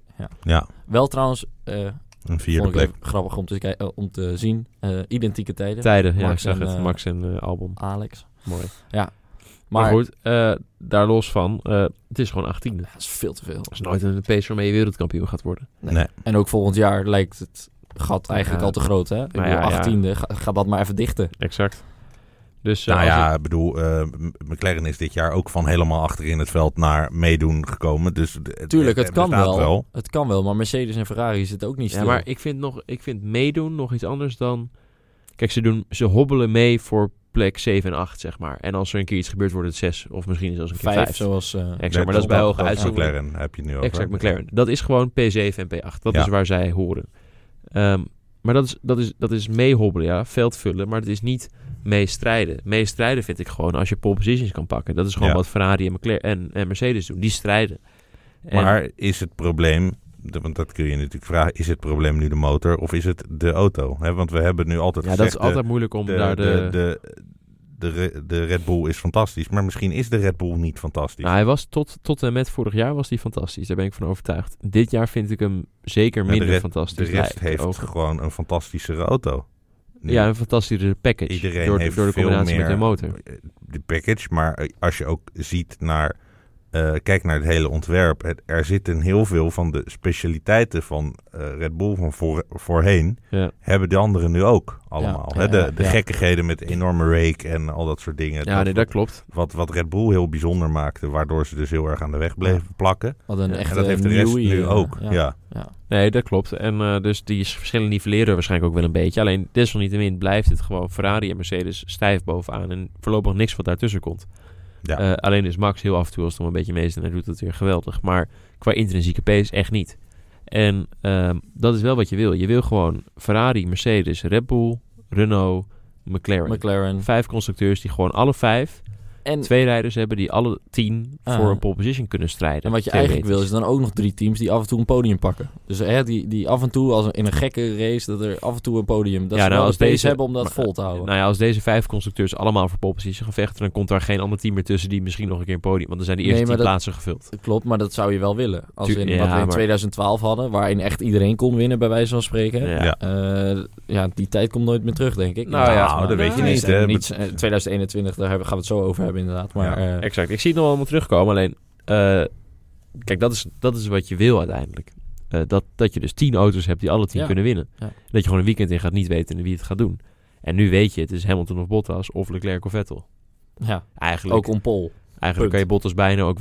ja, Wel trouwens, uh, een vierde vond ik plek. even grappig om te, kijk- uh, om te zien. Uh, identieke tijden. Tijden, ja, Max ik zag en, het. uh, Max en uh, Albon. Alex. Mooi. Maar, Maar, goed, uh, daar los van, uh, het is gewoon achttien. dat is veel te veel. Dat is nooit een pace waarmee je wereldkampioen gaat worden. Nee. Nee. En ook volgend jaar lijkt het gat eigenlijk Ja. al te groot, hè? Ik bedoel, ja, ja. achttiende, ga, ga dat maar even dichten. Exact. Dus uh, Nou als ja, ik- ik bedoel, uh, M- McLaren is dit jaar ook van helemaal achter in het veld naar meedoen gekomen. Dus d- Tuurlijk, het kan bestaat wel. Het kan wel, maar Mercedes en Ferrari zitten ook niet stil. ja, maar ik vind, nog, ik vind meedoen nog iets anders dan... Kijk, ze, doen, ze hobbelen mee voor plek zeven en acht, zeg maar. En als er een keer iets gebeurt, wordt het zes. Of misschien zelfs een keer Vijf, vijf. zoals... uh, Exact, maar dat is bij hoge uitzondering. McLaren heb je nu over. Exact, McLaren. Dat is gewoon P zeven en P acht. Dat Ja. is waar zij horen. Um, maar dat is, dat, is, dat is meehobbelen, ja. Veld vullen, maar het is niet meestrijden. Meestrijden vind ik gewoon als je pole positions kan pakken. Dat is gewoon Ja. wat Ferrari en, McLaren en, en Mercedes doen. Die strijden. En- Maar is het probleem, de- want dat kun je natuurlijk vragen, is het probleem nu de motor of is het de auto? He, want we hebben nu altijd ja, dat gezegd, is altijd moeilijk om de, daar de... de, de, de, Re- de Red Bull is fantastisch, maar misschien is de Red Bull niet fantastisch. Nou, hij was tot, tot en met vorig jaar was hij fantastisch. Daar ben ik van overtuigd. Dit jaar vind ik hem zeker Maar de minder re- fantastisch. de rest lijken heeft ogen. gewoon een fantastischere auto. Nu, Ja, een fantastische package. iedereen door, heeft door de veel combinatie meer met de motor. de package, maar als je ook ziet naar, uh, kijk naar het hele ontwerp, het, er zitten heel veel van de specialiteiten van uh, Red Bull van voor, voorheen, Ja. hebben de anderen nu ook allemaal. Ja, hè? De, ja, de ja. gekkigheden met de enorme rake en al dat soort dingen. Ja, nee, dat klopt. wat, wat Red Bull heel bijzonder maakte, waardoor ze dus heel erg aan de weg bleven plakken. Wat een Ja, echte en dat heeft de rest nieuwie, nu uh, ook. Ja. Ja. Ja. Nee, dat klopt. En uh, dus die verschillen nivelleren waarschijnlijk ook wel een beetje. Alleen desalniettemin blijft het gewoon Ferrari en Mercedes stijf bovenaan. En voorlopig niks wat daartussen komt. Ja. Uh, alleen is Max heel af en toe als het om een beetje mee is en hij doet het weer geweldig. Maar qua intrinsieke pace echt niet. En um, dat is wel wat je wil. Je wil gewoon Ferrari, Mercedes, Red Bull, Renault, McLaren. McLaren. Vijf constructeurs die gewoon alle vijf En, twee rijders hebben die alle tien Ah. voor een pole position kunnen strijden. en wat je eigenlijk wil is theoretisch. dan ook nog drie teams die af en toe een podium pakken. Dus hè, die, die af en toe, als een, in een gekke race, dat er af en toe een podium... Dat Ja, ze nou, wel als de pace deze- hebben om dat maar, vol te houden. Nou ja, als deze vijf constructeurs allemaal voor pole position gaan vechten, dan komt daar geen ander team meer tussen die misschien nog een keer een podium. Want dan zijn de eerste Nee, maar tien dat- plaatsen gevuld. Klopt, maar dat zou je wel willen. Als Tu- in ja, wat we in maar- tweeduizend twaalf hadden, waarin echt iedereen kon winnen, bij wijze van spreken. Ja. Ja. Eh, ja, die tijd komt nooit meer terug, denk ik. Nou ja, Nou, dat weet je nee, niet, nee, hè. niet, eh, tweeduizend eenentwintig, daar hebben- gaan we het zo over hebben inderdaad. Maar Ja, eh, Exact. Ik zie het nog wel allemaal terugkomen. Alleen, uh, kijk, dat is, dat is wat je wil uiteindelijk. Uh, dat, dat je dus tien auto's hebt die alle tien Ja. kunnen winnen. Ja. Dat je gewoon een weekend in gaat niet weten wie het gaat doen. En nu weet je, het is Hamilton of Bottas of Leclerc of Vettel. ja, Eigenlijk, ook on pole. eigenlijk punt. kan je Bottas bijna ook weg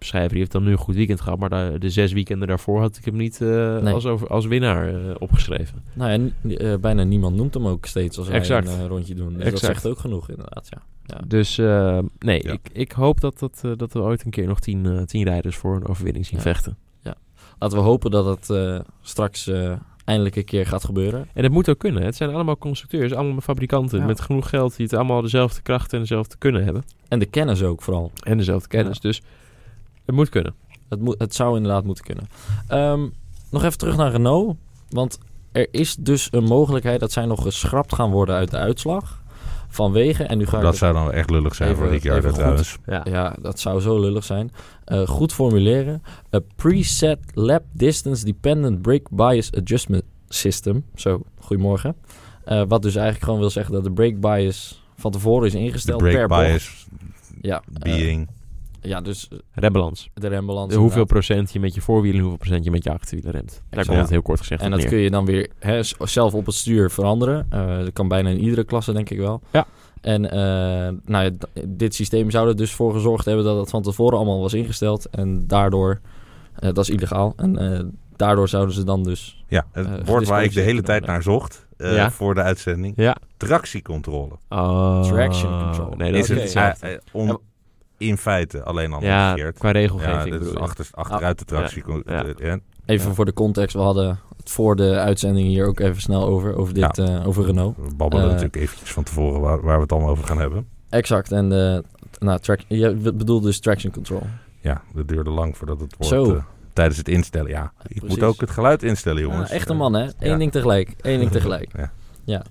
beschrijven. Die heeft dan nu een goed weekend gehad. Maar de, de zes weekenden daarvoor had ik hem niet uh, Nee. als, over, als winnaar uh, opgeschreven. Nou ja, n- uh, bijna niemand noemt hem ook steeds als wij Exact. een uh, rondje doen. Dus Exact. dat zegt ook genoeg inderdaad, ja. ja. Dus uh, nee, Ja. ik, ik hoop dat, dat, uh, dat we ooit een keer nog tien, uh, tien rijders voor een overwinning zien Ja. vechten. Laten we hopen dat het uh, straks uh, eindelijk een keer gaat gebeuren. En het moet ook kunnen. Het zijn allemaal constructeurs, allemaal fabrikanten Ja. met genoeg geld die het allemaal dezelfde krachten en dezelfde kunnen hebben. En de kennis ook vooral. En dezelfde kennis. Ja. Dus het moet kunnen. Het, moet, het zou inderdaad moeten kunnen. Um, nog even terug naar Renault. Want er is dus een mogelijkheid dat zij nog geschrapt gaan worden uit de uitslag. Vanwege, en nu ga ik Dat het zou dan wel echt lullig zijn even- voor Ricciardo even goed. trouwens. Ja. Ja, dat zou zo lullig zijn. Uh, goed formuleren. A preset lap distance dependent brake bias adjustment system. Zo, goedemorgen. Uh, wat dus eigenlijk gewoon wil zeggen dat de brake bias van tevoren is De ingesteld brake per bocht. bias Ja, uh, being... ja, dus uh, Rembalans. de rembalans. De hoeveel inderdaad. procent je met je voorwielen en hoeveel procent je met je achterwielen remt. Daar Exact. komt het heel kort gezegd En op dat neer. kun je dan weer hè, z- zelf op het stuur veranderen. Uh, dat kan bijna in iedere klasse, denk ik wel. Ja. En uh, nou ja, d- dit systeem zou er dus voor gezorgd hebben dat het van tevoren allemaal was ingesteld. En daardoor, uh, dat is illegaal. En uh, daardoor zouden ze dan dus... Ja, het Uh, woord waar ik de hele gedisqualificeerd tijd worden. naar zocht uh, Ja. voor de uitzending. Ja. Tractiecontrole. Oh, Traction control. Nee, dat is Oké. het Uh, hetzelfde. uh, on- Ja. in feite alleen al Ja, omgekeerd. qua regelgeving Ja, dat bedoel is je. achter, achteruit de tractie. Ja. uh, ja. Even Ja. voor de context, we hadden het voor de uitzending hier ook even snel over. Over dit, Ja. uh, over Renault. We babbelen Uh, natuurlijk eventjes van tevoren waar, waar we het allemaal over gaan hebben. Exact. En uh, nou, track, je bedoelt dus traction control. Ja, dat duurde lang voordat het woord Zo. uh, tijdens het instellen. Ja, ik precies. moet ook het geluid instellen, jongens. Ja, echt een man, hè? Eén Ja. ding tegelijk. Eén ding tegelijk. Ja. Ja.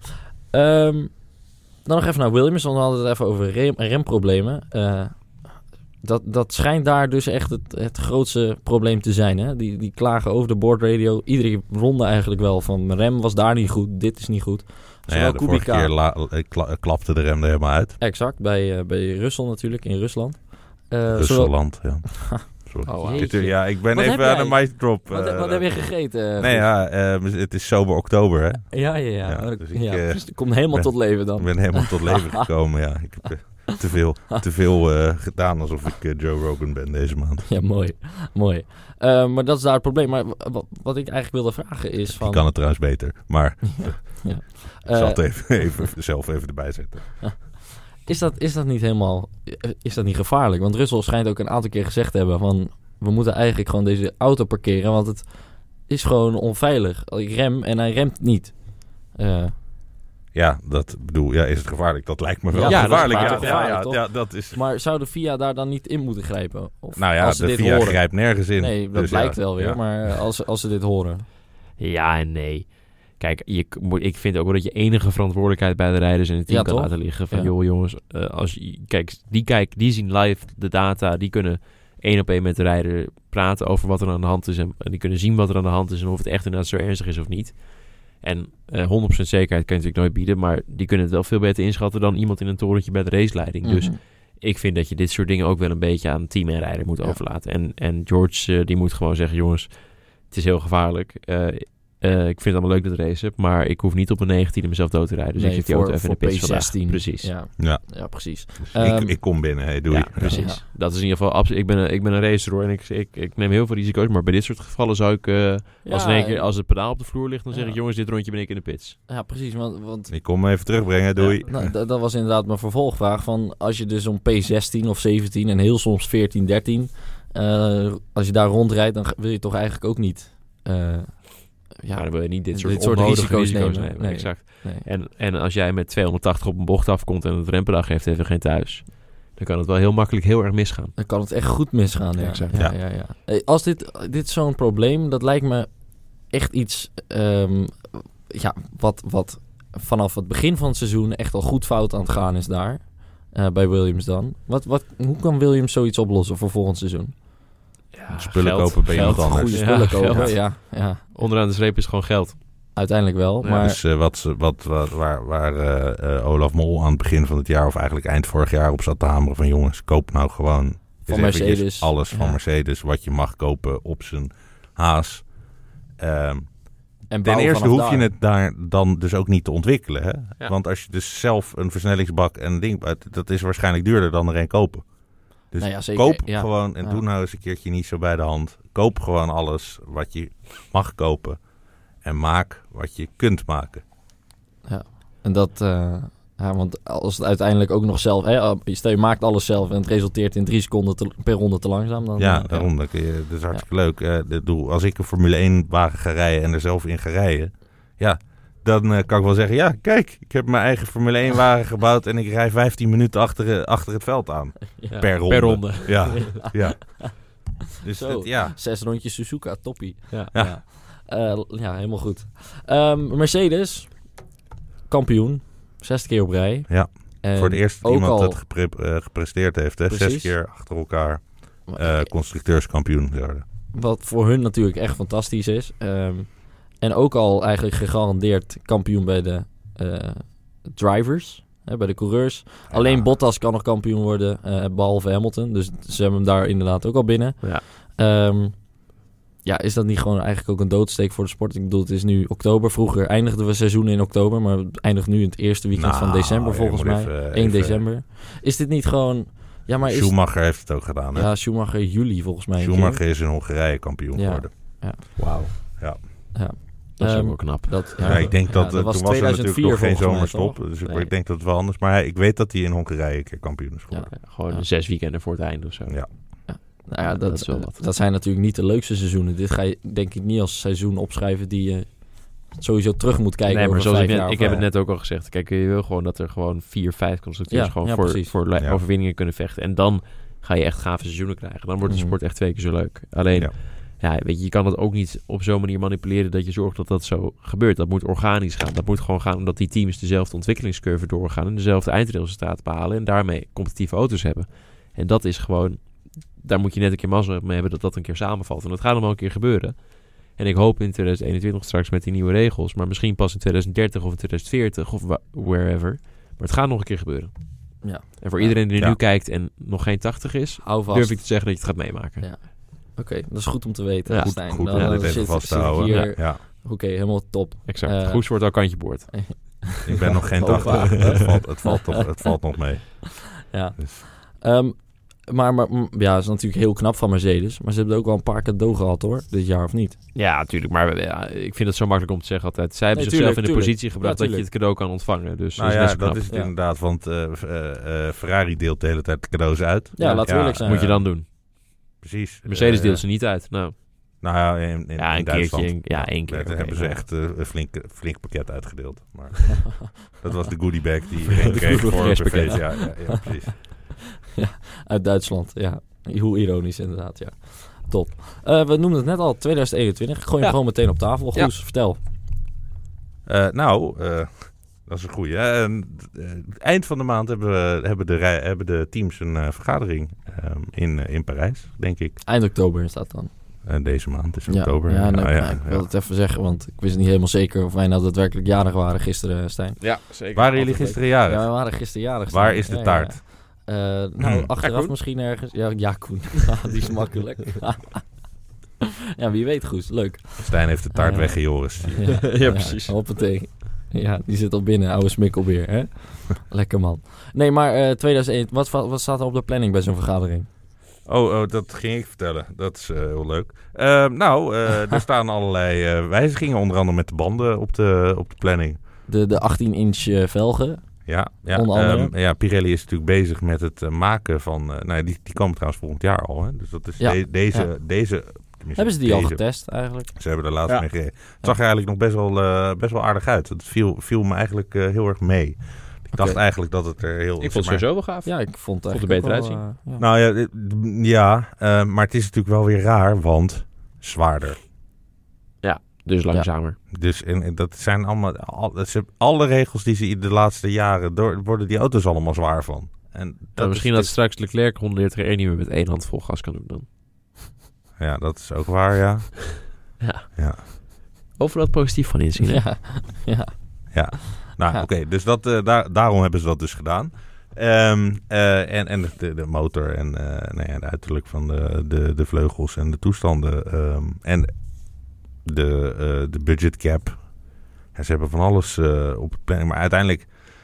Um, dan nog even naar Williams, want we hadden het even over rem, remproblemen. Uh, dat, dat schijnt daar dus echt het, het grootste probleem te zijn. Hè? Die, die klagen over de boordradio. Iedere ronde eigenlijk wel van mijn rem was daar niet goed, dit is niet goed. Nou ja, de vorige keer la, uh, kla, klapte de rem er helemaal uit. Exact, bij, uh, bij Russell natuurlijk, in Rusland. Uh, zowel- Rusland, ja. Sorry. Oh, Dit- jeetje. ja, ik ben Wat even heb aan de jij? mic drop. wat, uh, wat heb je gegeten? uh, Nee, ja, uh, het is sober oktober, hè. ja, ja, ja. Ja, Ja, dus ik, ja, uh, precies. Het komt helemaal ben- tot leven dan. Ik ben helemaal tot leven gekomen, ja. Ik heb uh, te veel, te veel uh, gedaan alsof ik uh, Joe Rogan ben deze maand. Ja, mooi. mooi. Uh, maar dat is daar het probleem. Maar w- wat, wat ik eigenlijk wilde vragen is van... Ik kan het trouwens beter, maar ja. ik zal Uh, het even, even, zelf even erbij zetten. is, dat, is dat niet helemaal... Is dat niet gevaarlijk? Want Russell schijnt ook een aantal keer gezegd te hebben van... We moeten eigenlijk gewoon deze auto parkeren, want het is gewoon onveilig. Ik rem en hij remt niet. Uh, Ja, dat bedoel, ja, is het gevaarlijk? Dat lijkt me wel Ja, dat is gevaarlijk. Ja, gevaarlijk, ja, ja, toch? ja, dat is... maar zou de V I A daar dan niet in moeten grijpen? Of Nou ja, als ze de dit V I A horen? grijpt nergens in. Nee, dat Dus blijkt ja, wel weer. ja. Maar als, als ze dit horen... Ja en nee. Kijk, je, k- moet- ik vind ook wel dat je enige verantwoordelijkheid bij de rijders en het team Ja, kan toch? laten liggen. Van Ja. joh jongens, uh, als je, kijk, die, kijk, die zien live de data, die kunnen één op één met de rijder praten over wat er aan de hand is. En, en die kunnen zien wat er aan de hand is en of het echt inderdaad zo ernstig is of niet. En uh, honderd procent zekerheid kan je natuurlijk nooit bieden, maar die kunnen het wel veel beter inschatten dan iemand in een torentje bij de raceleiding. Dus Mhm. ik vind dat je dit soort dingen ook wel een beetje aan team en rijder moet Ja. overlaten. En, en George, uh, die moet gewoon zeggen, jongens, het is heel gevaarlijk. Uh, uh, ik vind het allemaal leuk dat racen, maar ik hoef niet op mijn negentiende mezelf dood te rijden. Dus Nee, ik zet die voor, auto even in voor de pits P vandaag. zestien. Precies. Ja, Ja, ja precies. dus Ehm, ik, ik kom binnen, hey, doei. Ja, precies. Ja. Dat is in ieder geval absoluut. Ik ben een, ik ben een racer hoor en ik, ik, ik neem heel veel risico's, maar bij dit soort gevallen zou ik, uh, als, in één keer, als het pedaal op de vloer ligt, dan zeg Ja. ik, jongens, dit rondje ben ik in de pits. Ja, precies. Want, want Ik kom hem even terugbrengen, doei. Ja, nou, d- dat was inderdaad mijn vervolgvraag. Van als je dus om P zestien of zeventien en heel soms veertien, dertien... Uh, als je daar rondrijdt, dan wil je toch eigenlijk ook niet... Uh, Ja, dan wil je niet dit dit soort, soort onnodige risico's risico's, nemen. nemen. Nee. Exact. nee. En, en als jij met tweehonderdtachtig op een bocht afkomt en het rempedaal geeft even geen thuis, dan kan het wel heel makkelijk heel erg misgaan. Dan kan het echt goed misgaan. Ja, Exact. ja, Ja. ja, ja. Hey, als dit, dit is zo'n probleem, dat lijkt me echt iets... Um, ja, wat, wat vanaf het begin van het seizoen echt al goed fout aan het gaan is daar. Uh, bij Williams dan. Wat, wat, hoe kan Williams zoiets oplossen voor volgend seizoen? Ja, Spullen geld, kopen bij geld, iemand anders. Goede Ja, spullen geld. kopen, ja, ja. Onderaan de streep is gewoon geld. Uiteindelijk wel, Ja, maar... Dus uh, wat, ze- wat, wat, waar, waar uh, uh, Olaf Mol aan het begin van het jaar, of eigenlijk eind vorig jaar, op zat te hameren van jongens, koop nou gewoon eens Van eventjes Mercedes. alles van Ja. Mercedes, wat je mag kopen op zijn haas. Um, En ten bouw eerste vanaf hoef je daar. het daar dan dus ook niet te ontwikkelen. Hè? Ja. Want als je dus zelf een versnellingsbak en ding, dat is waarschijnlijk duurder dan er een kopen. Dus Nou ja, zeker, koop ja. gewoon en Ja. doe nou eens een keertje niet zo bij de hand. Koop gewoon alles wat je mag kopen. En maak wat je kunt maken. En dat, uh, ja, want als het uiteindelijk ook nog zelf, hè, stel je maakt alles zelf en het resulteert in drie seconden te, per ronde te langzaam. Dan, Ja, uh, daarom. Dat, kun je, dat is hartstikke leuk. Uh, de, doe, als ik een Formule één wagen ga rijden en er zelf in ga rijden. Ja, dan uh, kan ik wel zeggen, ja, kijk, ik heb mijn eigen Formule één wagen gebouwd en ik rij vijftien minuten achter, achter het veld aan. Ja. Per ronde. Per ronde. Ja, ja. Dus Zo, het, ja. Zes rondjes Suzuka, toppie. Ja. Ja, ja. Uh, ja helemaal goed. Um, Mercedes, kampioen, zesde keer op rij. Ja. En Voor het eerst dat ook iemand al, dat gepre- uh, gepresteerd heeft. Hè? Precies. Zes keer achter elkaar maar, uh, constructeurskampioen geworden. wat voor hun natuurlijk echt fantastisch is. Um, en ook al eigenlijk gegarandeerd kampioen bij de uh, drivers, hè, bij de coureurs. Ja. Alleen Bottas kan nog kampioen worden, uh, behalve Hamilton. Dus ze hebben hem daar inderdaad ook al binnen. Ja. Um, ja, is dat niet gewoon eigenlijk ook een doodsteek voor de sport? Ik bedoel, het is nu oktober. Vroeger eindigden we seizoenen in oktober, maar het eindigt nu in het eerste weekend Nou, van december je volgens moet mij. even- één even- december. Is dit niet gewoon... Ja, maar is... Schumacher heeft het ook gedaan. Hè? Ja, Schumacher juli volgens mij. een Schumacher keer. is in Hongarije kampioen Ja. geworden. Wauw. Ja. Ja. Dat is ook Um, wel knap. Dat, Ja, ik denk dat, ja, uh, was toen was er natuurlijk tweeduizend vier nog geen volgens mij, zomerstop. toch? Dus ik, Nee. ik denk dat het wel anders. Maar hij- ik weet dat hij in Hongarije een keer kampioen is Ja. geworden. Ja, gewoon Ja. zes weekenden voor het einde of zo. Ja. Nou ja, Ja, dat, dat is wel wat. dat zijn natuurlijk niet de leukste seizoenen. Dit ga je denk ik niet als seizoen opschrijven die je sowieso terug moet kijken Nee, maar over zoals ik, vijf net, jaar. ik of heb het wel. net ook al gezegd. Kijk, je wil gewoon dat er gewoon vier, vijf constructeurs Ja, gewoon ja, voor, precies. voor le- Ja. overwinningen kunnen vechten. En dan ga je echt gave seizoenen krijgen. Dan wordt de Mhm. sport echt twee keer zo leuk. Alleen, Ja. ja. weet je, je kan het ook niet op zo'n manier manipuleren dat je zorgt dat dat zo gebeurt. Dat moet organisch gaan. Dat moet gewoon gaan omdat die teams dezelfde ontwikkelingscurve doorgaan en dezelfde eindresultaten behalen en daarmee competitieve auto's hebben. En dat is gewoon, daar moet je net een keer mazzel mee hebben dat dat een keer samenvalt. En dat gaat allemaal een keer gebeuren. En ik hoop in twintig eenentwintig straks met die nieuwe regels, maar misschien pas in twintig dertig of in twintig veertig of wa- wherever. Maar het gaat nog een keer gebeuren. Ja. En voor Ja. iedereen die er Ja. nu kijkt en nog geen tachtig is, Hou vast. durf ik te zeggen dat je het gaat meemaken. Ja. Oké, dat is goed om te weten. Ja, Goed, Stijn. goed Dan, om eh, dit zit- even vast te zit ik houden. hier- Ja. Ja. Oké, helemaal top. Exact. Eh, Goes wordt al kantje boord. Ik ben nog geen Oh, tachtig. waar. het, valt, het, valt nog, het valt nog mee. Ja. Dus. Um, maar, maar mm, ja, dat is natuurlijk heel knap van Mercedes. Maar ze hebben ook wel een paar cadeau gehad hoor, dit jaar of niet? Ja, natuurlijk. Maar ja, ik vind het zo makkelijk om te zeggen altijd. Zij hebben Nee, zichzelf tuurlijk, in de tuurlijk. positie gebracht Ja, dat je het cadeau kan ontvangen. Dus Nou dat ja, is net zo dat knap. is het Ja. inderdaad. Want uh, uh, Ferrari deelt de hele tijd cadeaus uit. Ja, laten we eerlijk zijn. Moet je dan doen. Precies. Mercedes Uh, deelt ze niet uit. Nou, Nou ja, in, in, Ja, in een Duitsland. keertje, ja, één keer, Daar oké, hebben ze ja. echt uh, een flink, flink pakket uitgedeeld. Maar dat was de goodie bag die iedereen De kreeg Google voor Fresh een pakket. Ja, ja, ja, precies. Uit Duitsland, ja. Hoe ironisch inderdaad, ja. Top. Uh, we noemden het net al, twintig eenentwintig. Ik gooi hem Ja. gewoon meteen op tafel. Ja. Goes, vertel. Uh, nou, uh, dat is een goeie. Hè? En, uh, het eind van de maand hebben, we, hebben, de, rij, hebben de teams een uh, vergadering um, in, uh, in Parijs, denk ik. Eind oktober is dat dan. Uh, deze maand is Ja, oktober. ja, nee, Nou, nou, ik wil het even zeggen, want ik wist niet helemaal zeker of wij nou daadwerkelijk jarig waren gisteren, Stijn. ja, zeker. Waren jullie gisteren jarig? Ja, we waren gisteren jarig. Waar Stijn. is de Ja, taart? ja. Uh, nou, Hmm. achteraf Ja, Koen. misschien ergens. Ja, ja Koen. Die is makkelijk. Ja, wie weet, goed. Leuk. Stijn heeft de taart Uh, weggejoris. Ja, Ja, precies. Hoppatee. Ja, die zit al binnen, oude smikkelbeer, hè? Lekker man. Nee, maar uh, tweeduizend één, wat, va- wat staat er op de planning bij zo'n vergadering? Oh, oh, dat ging ik vertellen. Dat is uh, heel leuk. Uh, nou, uh, er staan allerlei uh, wijzigingen, onder andere met de banden op de, op de planning. De, de achttien inch uh, velgen. Ja, ja, Onder andere? um, ja, Pirelli is natuurlijk bezig met het uh, maken van... Uh, nou, die, die komen trouwens volgend jaar al. Hè? Dus dat is Ja, de- deze... ja. deze Hebben ze die al deze, getest eigenlijk? Ze hebben er laatst Ja. mee gereden. Het zag er eigenlijk nog best wel, uh, best wel aardig uit. Het viel, viel me eigenlijk uh, heel erg mee. Ik dacht Oké. eigenlijk dat het er heel... Ik vond het maar- sowieso wel gaaf. Ja, ik vond het Vond eigenlijk er ook beter wel, uh, ja. Nou ja, dit- ja uh, maar het is natuurlijk wel weer raar, want zwaarder. Dus langzamer. Dus en, en dat zijn allemaal... Al, dat zijn alle regels die ze in de laatste jaren... Door, worden die auto's allemaal zwaar van. En dat Nou, misschien is, dat straks Leclerc honderddertig R één niet meer met één hand vol gas kan doen dan. Ja, dat is ook waar, ja. Ja. Ja. Overal het positief van inzien. hè? Ja, ja. Ja, nou Ja. oké, okay, dus dat, uh, daar, daarom hebben ze dat dus gedaan. Um, uh, en en de, de motor en uh, nou ja, de uiterlijk van de, de, de vleugels en de toestanden. Um, en de, uh, de budget cap. Ja, ze hebben van alles uh, op het planning. Maar uiteindelijk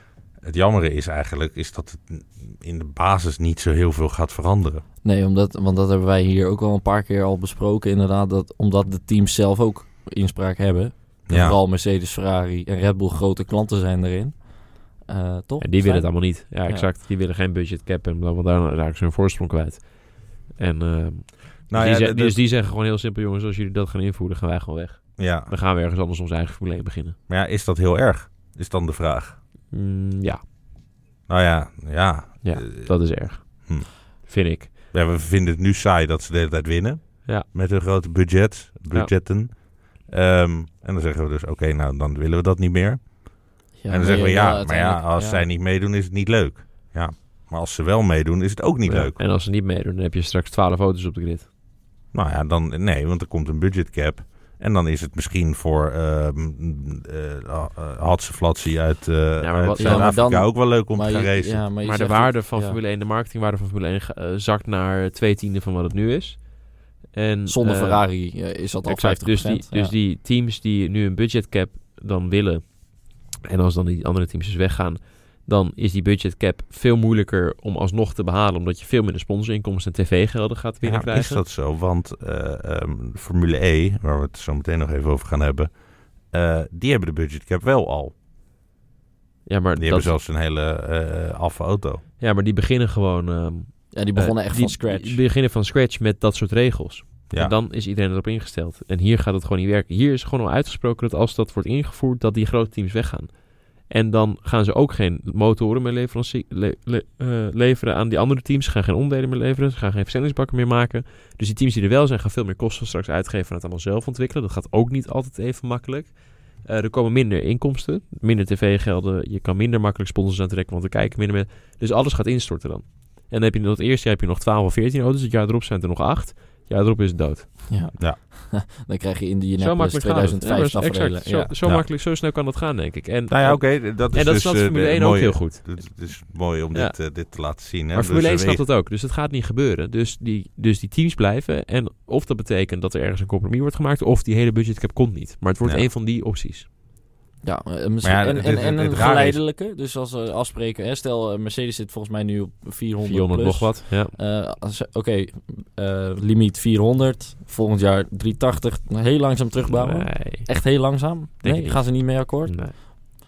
het jammere is eigenlijk is dat het in de basis niet zo heel veel gaat veranderen. Nee, omdat, want dat hebben wij hier ook al een paar keer al besproken. Inderdaad, dat, omdat de teams zelf ook inspraak hebben. Ja. Vooral Mercedes, Ferrari en Red Bull grote klanten zijn erin. Uh, toch? En die willen het Fijn. allemaal niet. Ja, Ja. exact. Die willen geen budget cap en want daar raken ze hun voorsprong kwijt. En uh, Nou dus, ja, die ze- de- dus de- die zeggen gewoon heel simpel, jongens, als jullie dat gaan invoeren, gaan wij gewoon weg. Ja, Dan gaan we ergens anders onze eigen Formule één beginnen. maar ja, is dat heel erg? Is dan de vraag. Mm, ja, Nou ja, ja. ja Eh, dat is erg. hm. Vind ik. Ja, we vinden het nu saai dat ze de hele tijd winnen. Ja. Met hun grote budget, budgetten. Ehm, en dan zeggen we dus, oké, nou dan willen we dat niet meer. Ja, en dan zeggen we, ja, maar ja, uiteindelijk- als ja. zij niet meedoen is het niet leuk. Ja, maar als ze wel meedoen is het ook niet Ja. leuk. En als ze niet meedoen, dan heb je straks twaalf auto's op de grid. Nou ja, dan nee, want er komt een budgetcap. En dan is het misschien voor ehm uh, uh, Hadse Flatsie uit, uh, maar uit wat- ja, Zuid-Afrika maar dan- ook wel leuk om Maar te gaan je- racen. ja, maar je Maar de zegt waarde het- van ja. Formule één, de marketingwaarde van Formule één uh, zakt naar twee tienden van wat het nu is. En, Zonder uh, Ferrari uh, is dat al exact, vijftig dus, procent. die, dus die teams die nu een budgetcap dan willen, en als dan die andere teams dus weggaan, dan is die budgetcap veel moeilijker om alsnog te behalen, omdat je veel minder sponsorinkomsten en tv-gelden gaat Ja, binnenkrijgen. is dat zo? Want uh, um, Formule E, waar we het zo meteen nog even over gaan hebben, uh, die hebben de budgetcap wel al. Ja, maar Die dat, hebben zelfs een hele uh, affe auto. ja, maar die beginnen gewoon... um, Ja, die begonnen uh, echt die, van scratch. Die beginnen van scratch met dat soort regels. Ja. En dan is iedereen erop ingesteld. En hier gaat het gewoon niet werken. Hier is gewoon al uitgesproken dat als dat wordt ingevoerd, dat die grote teams weggaan. En dan gaan ze ook geen motoren meer leveren, le, le, uh, leveren aan die andere teams. Ze gaan geen onderdelen meer leveren. Ze gaan geen versnellingsbakken meer maken. Dus die teams die er wel zijn, gaan veel meer kosten straks uitgeven en het allemaal zelf ontwikkelen. Dat gaat ook niet altijd even makkelijk. Uh, er komen minder inkomsten, minder tv-gelden. Je kan minder makkelijk sponsors aantrekken, want er kijken minder mensen. Dus alles gaat instorten dan. En dan heb je dat eerste jaar heb je nog twaalf of veertien auto's. Het jaar erop zijn het er nog acht. Het jaar erop is het dood. Ja. Ja. Dan krijg je Zo Indianapolis makkelijk gaat het. tweeduizend vijf Ja, maar taferelen. exact. Zo, Ja. zo Ja. makkelijk, zo snel kan dat gaan, denk ik. En, Nou ja, oké. Okay, dat is en dat dus, snapt uh, Formule de één ook mooie- heel goed. Het is mooi om Ja. dit, uh, dit te laten zien. Hè? Maar Formule één Dus, snapt uh, dat ook. Dus het gaat niet gebeuren. Dus die, dus die teams blijven. En of dat betekent dat er ergens een compromis wordt gemaakt, of die hele budgetcap komt niet. Maar het wordt Ja. een van die opties. Ja, uh, misschien, Maar ja, en, het- en, het- en het een rare is- geleidelijke. Dus als we afspreken, hè, stel uh, Mercedes zit volgens mij nu op vierhonderd, vierhonderd plus. nog wat. Ja. Uh, als- Oké, okay, uh, limiet vierhonderd. Volgend jaar driehonderdtachtig. Heel langzaam terugbouwen. Nee. Echt heel langzaam? Denk Nee, ik gaan ze niet mee akkoord? Nee.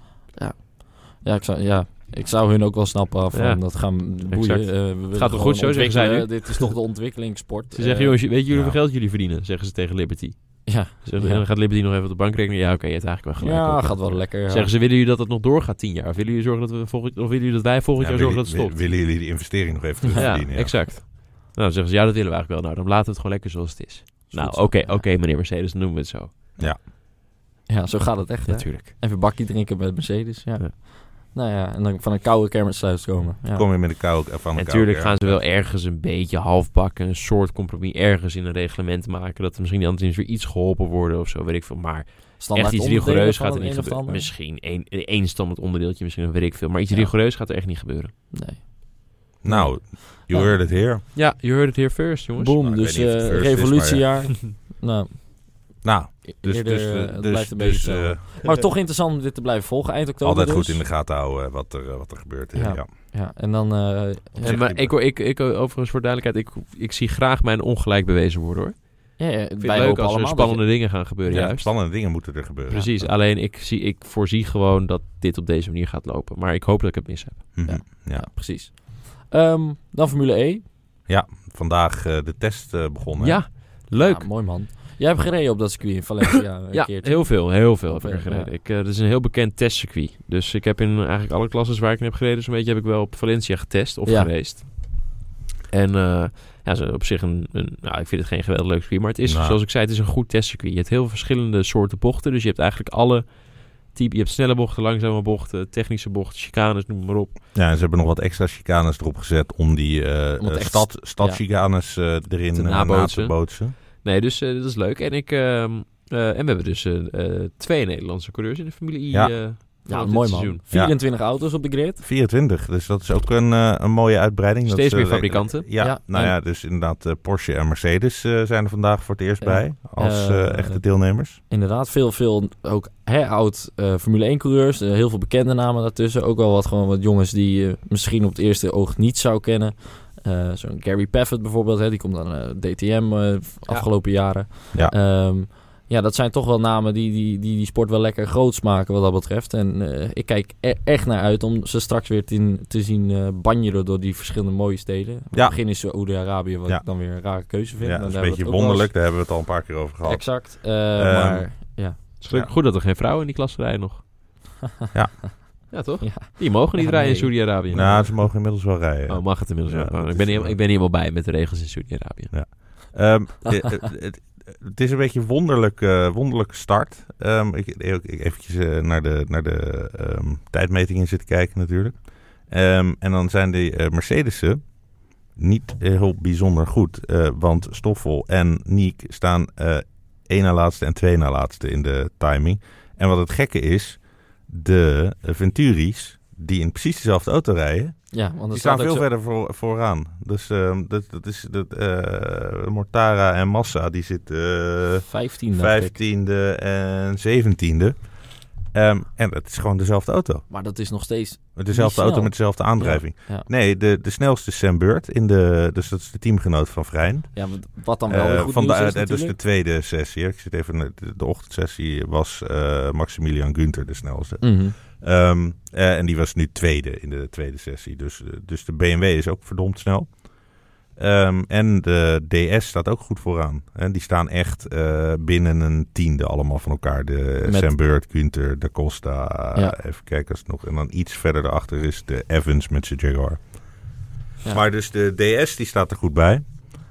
Ja, ik zou, ja, ik zou hun ook wel snappen af van Ja, dat gaan boeien. exact. Uh, we willen gaat wel gewoon goed zo, zeggen zij ontwikkelen. nu. Dit is toch de ontwikkelingssport. Ze zeggen, Uh, jongens, weet jullie ja. hoeveel geld jullie verdienen? Zeggen ze tegen Liberty. Ja, Ze zeggen, Ja. En dan gaat Liberty nog even op de bankrekening. Ja, oké, je hebt eigenlijk wel gelijk. ja ook. gaat wel lekker. Ja. Zeggen ze, willen jullie dat het nog doorgaat tien jaar? Of willen jullie, zorgen dat we volgend, of willen jullie dat wij volgend ja, jaar zorgen willen, dat het stopt? willen jullie die investering nog even Ja, terugverdienen? Ja, exact. Nou, dan zeggen ze, ja, dat willen we eigenlijk wel. Nou, dan laten we het gewoon lekker zoals het is. Nou, goed oké, zo. oké, Ja. meneer Mercedes, dan noemen we het zo. Ja, zo gaat het echt. Hè? Natuurlijk. Even bakkie drinken met Mercedes. Ja. Ja. Nou ja, en dan van een koude kermitsluis komen. Ja. Kom je met de kou van de kou. Natuurlijk gaan ze wel ergens een beetje halfbakken, een soort compromis ergens in een reglement maken. Dat er misschien die andere teams weer iets geholpen worden of zo, weet ik veel. Maar Standaard echt iets onderdelen rigoureus van gaat er het niet een of gebeuren. ander. Misschien één, één standaard onderdeeltje, misschien weet ik veel. Maar iets Ja. rigoureus gaat er echt niet gebeuren. Nee. Nou, you Ja. heard it here. Ja, you heard it here first, jongens. Boom, Nou, ik dus weet niet of het uh, first is, revolutiejaar. nou, Nou, dus, eerder, dus, uh, uh, het dus, blijft een dus, beetje hetzelfde. uh, Maar toch interessant om dit te blijven volgen. Eind oktober altijd dus. goed in de gaten houden uh, wat, er, uh, wat er gebeurt. Uh, Ja. ja. Ja, en dan... Uh, En, zich maar die- ik, ik, ik, overigens voor duidelijkheid, ik, ik zie graag mijn ongelijk bewezen worden, hoor. ja, ja, Ik vind wij het leuk hopen als er allemaal spannende dat dingen gaan gebeuren, Ja, juist. spannende dingen moeten er gebeuren. Precies, alleen ik, zie, ik voorzie gewoon dat dit op deze manier gaat lopen. Maar ik hoop dat ik het mis heb. Mhm. Ja. Ja. Ja, precies. Um, dan Formule E. Vandaag uh, de test uh, begonnen. Ja, leuk. Ja, mooi man. Jij hebt gereden op dat circuit in Valencia een Ja, keertje. heel veel, heel veel heb Of, ik er eh, gereden. ja. Ik, uh, dat is een heel bekend testcircuit. Dus ik heb in eigenlijk alle klasses waar ik in heb gereden, zo'n beetje heb ik wel op Valencia getest of Ja. gereisd. En uh, ja, zo op zich een, een, nou, ik vind het geen geweldig leuk circuit, maar het is, Nou. zoals ik zei, het is een goed testcircuit. Je hebt heel veel verschillende soorten bochten, dus je hebt eigenlijk alle typen. Je hebt snelle bochten, langzame bochten, technische bochten, chicanes, noem maar op. Ja, en ze hebben nog wat extra chicanes erop gezet om die uh, Om het uh, echt- stad, stadchicanes uh, erin Te uh, na nabootsen. te bootsen. Nee, dus uh, dat is leuk. En ik uh, uh, en we hebben dus uh, uh, twee Nederlandse coureurs in de Formule I Ja. uh, Ja, dit mooi man. seizoen. vierentwintig auto's op de grid. vierentwintig, dus dat is ook een, uh, een mooie uitbreiding. Steeds dat, meer uh, fabrikanten. Ja, Ja, nou en- ja, dus inderdaad uh, Porsche en Mercedes uh, zijn er vandaag voor het eerst Ja. bij. Als uh, Uh, echte deelnemers. Inderdaad, veel, veel ook hè, oud uh, Formule één coureurs. Uh, heel veel bekende namen daartussen. Ook wel wat, gewoon wat jongens die je misschien op het eerste oog niet zou kennen. Uh, Zo'n Gary Paffett bijvoorbeeld, hè, die komt aan uh, D T M uh, afgelopen jaren. Ja. Um, ja, dat zijn toch wel namen die die, die die sport wel lekker groots maken wat dat betreft. En uh, ik kijk er echt naar uit om ze straks weer te, te zien uh, banjeren door die verschillende mooie steden. Ja. Ja. Het begin is Saoedi-Arabië, wat Ja. ik dan weer een rare keuze vind. Ja, Maar dat is daar een hebben beetje we het ook wel wonderlijk. Daar hebben we het al een paar keer over eens- gehad. Exact. Uh, maar ja. Het is gelukkig goed dat er geen vrouwen in die klas rijden nog. Ja. Ja, toch? Ja. Die mogen niet Ja, rijden nee. in Saudi-Arabië. Nou, ze mogen inmiddels wel rijden. Oh, mag het inmiddels Ja, wel. Oh, dat ik, ben is, niet, uh, ik ben niet helemaal bij met de regels in Saudi-Arabië. Um, het, het, het is een beetje een wonderlijk, uh, wonderlijke start. Um, ik, ik, ik eventjes uh, naar de, naar de um, tijdmetingen zitten kijken natuurlijk. Um, en dan zijn de uh, Mercedes'en niet heel bijzonder goed. Uh, want Stoffel en Niek staan uh, één na laatste en twee na laatste in de timing. En wat het gekke is, de uh, Venturi's die in precies dezelfde auto rijden, Ja, want er die staat staan ook veel zo- verder voor, vooraan. Dus um, dat, dat is dat, uh, Mortara en Massa, die zitten uh, vijftien, dacht ik. vijftiende en zeventiende. Um, en het is gewoon dezelfde auto. Maar dat is nog steeds... Met dezelfde snel. auto met dezelfde aandrijving. Ja. Nee, de, de snelste is Sam Bird. In de, dus dat is de teamgenoot van Vrijn. Ja, wat- wat dan wel weer Uh, goed van nieuws de, is uh, dus de natuurlijk. tweede sessie. Ik zit even, de, de ochtendsessie was uh, Maximilian Günther de snelste. Mhm. Um, uh, en die was nu tweede in de tweede sessie. Dus, uh, dus de B M W is ook verdomd snel. Um, en de D S staat ook goed vooraan. En die staan echt uh, binnen een tiende allemaal van elkaar. De Met- Sam Bird, Günther, Da Costa. Uh, Ja. Even kijken als het nog. En dan iets verder daarachter is de Evans met zijn Jaguar. Ja. Maar dus de D S die staat er goed bij.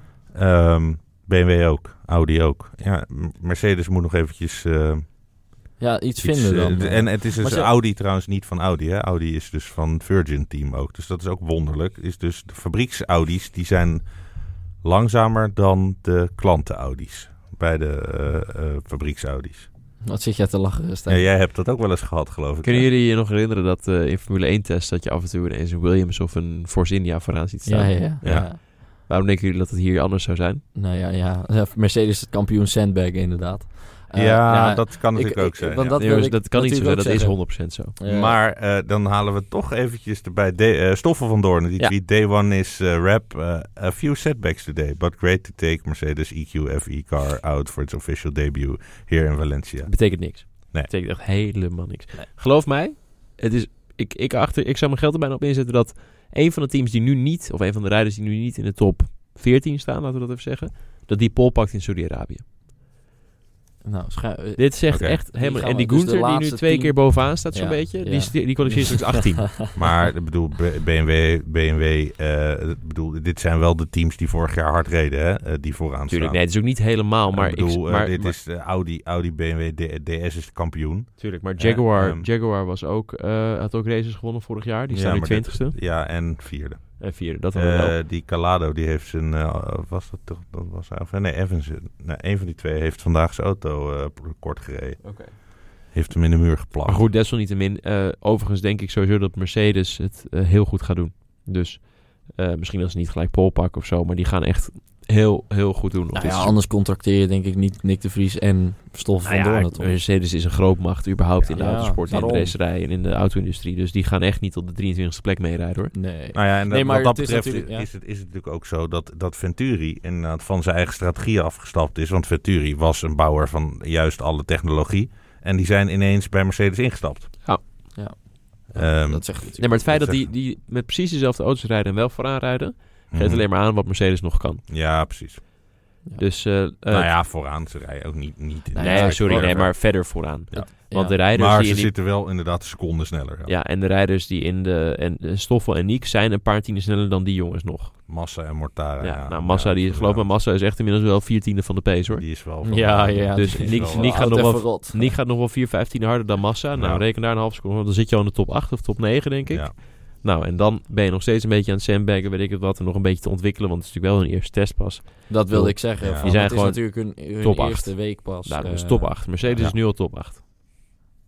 Um, B M W ook. Audi ook. Ja, M- Mercedes moet nog eventjes... Uh, Ja, iets Iets, vinden dan. eh, eh. en het is dus Maar ze- Audi trouwens niet van Audi. Hè? Audi is dus van Virgin Team ook. Dus dat is ook wonderlijk. Is dus de fabrieks-Audi's die zijn langzamer dan de klanten-Audi's. Bij de uh, uh, fabrieks-Audi's. Wat zit jij te lachen, Ja, Stijn? jij hebt dat ook wel eens gehad, geloof ik. Kunnen hè? jullie je nog herinneren dat uh, in Formule één test dat je af en toe ineens een Williams of een Force India vooraan ziet staan? Ja, ja, ja. Ja. ja. Waarom denken jullie dat het hier anders zou zijn? Nou ja, ja. Ja, Mercedes is kampioen sandbag inderdaad. Uh, ja, dat kan ik- natuurlijk ook ik- zijn. want ja. dat Nee, wil jongens, ik dat kan niet zo zijn, natuurlijk dat ook is zeggen. honderd procent zo. Uh, Maar uh, dan halen we toch eventjes erbij de, uh, Stoffel van Doorn. Die Ja. tweet, day one is uh, rap. Uh, a few setbacks today, but great to take Mercedes E Q F E car out for its official debut here in Valencia. Dat betekent niks. Nee. Dat betekent echt helemaal niks. Nee. Geloof mij, het is, ik, ik, achter, ik zou mijn geld er bijna op inzetten dat een van de teams die nu niet, of een van de rijders die nu niet in de top veertien staan, laten we dat even zeggen, dat die pole pakt in Saudi-Arabië. Nou, scha- uh, Dit zegt Oké. echt Die helemaal... gaan En die we- dus de Gunther, die nu laatste twee tien- keer bovenaan staat zo'n Ja, beetje, ja. die, is- die kwalificeert straks achttien. Maar ik bedoel, B- BMW, B M W, uh, ik bedoel, dit zijn wel de teams die vorig jaar hard reden, hè? Uh, die vooraan Natuurlijk, staan. nee, het is ook niet helemaal, maar... ik bedoel, ik, maar, uh, dit maar- is de Audi, Audi, B M W, D- DS is de kampioen. Tuurlijk, maar Jaguar, Ja, ehm, Jaguar was ook, uh, had ook races gewonnen vorig jaar. Die staan nu maar dit- twintigste Ja, en vierde. en vierde. Dat hadden we wel. Uh, die Calado, die heeft zijn, uh, was dat toch, dat was hij, of, nee, Evans, nou, een van die twee heeft vandaag zijn auto uh, kort gereden. Oké. Heeft hem in de muur geplakt. Maar goed, desalniettemin. Uh, overigens denk ik sowieso dat Mercedes het uh, heel goed gaat doen. Dus uh, misschien dat ze niet gelijk pole pakken of zo, maar die gaan echt heel, heel goed doen. op nou dit ja, seizoen. anders contracteer je denk ik niet Nick de Vries en Stoffel Nou van ja, Doorn. toch? Mercedes is een grootmacht überhaupt Ja, in de ja, autosport, in de daarom. racerij en in de auto-industrie. Dus die gaan echt niet op de drieëntwintigste plek meerijden hoor. Nee. Nou ja, en Nee, dat- maar wat dat het is betreft is, natuurlijk- ja. is, het, is het natuurlijk ook zo dat, dat Venturi inderdaad van zijn eigen strategie afgestapt is. Want Venturi was een bouwer van juist alle technologie. En die zijn ineens bij Mercedes ingestapt. Ja. Ja. Ehm, dat zegt natuurlijk. Nee, maar het feit dat dat die, zegt- die met precies dezelfde auto's rijden en wel vooraan rijden, geeft mhm. alleen maar aan wat Mercedes nog kan. Ja, precies. Ja. Dus, uh, uh, nou ja, vooraan. Ze rijden ook niet... niet in Nee, de nee, tijd sorry, nee, verder. maar verder vooraan. Ja. Want Ja. de rijders Maar die ze in die, zitten wel inderdaad een seconde sneller. Ja. ja, en de rijders die in de, en de Stoffel en Niek zijn een paar tienden sneller dan die jongens nog. Massa en Mortara. Ja, ja. nou, Massa, Ja, die, dat is geloof me, wel- Massa is echt inmiddels wel vier tienden van de pace hoor. Die is wel... van- Ja, ja. Dus die is Nick- wel- Nick gaat Oud nog en wel- verrot. Niek gaat nog wel vier, vijf tienden harder dan Massa. Nou, Ja. reken daar een half seconde, want dan zit je al in de top acht of top negen, denk ik. Ja. Nou, en dan ben je nog steeds een beetje aan het sandbaggen, weet ik het wat, en nog een beetje te ontwikkelen, want het is natuurlijk wel een eerste testpas. Dat wilde ik zeggen. Ja. van, Die zijn het is gewoon natuurlijk hun, hun top acht. eerste week pas. Nou, dat is eh, top acht. Mercedes ja. is nu al top acht.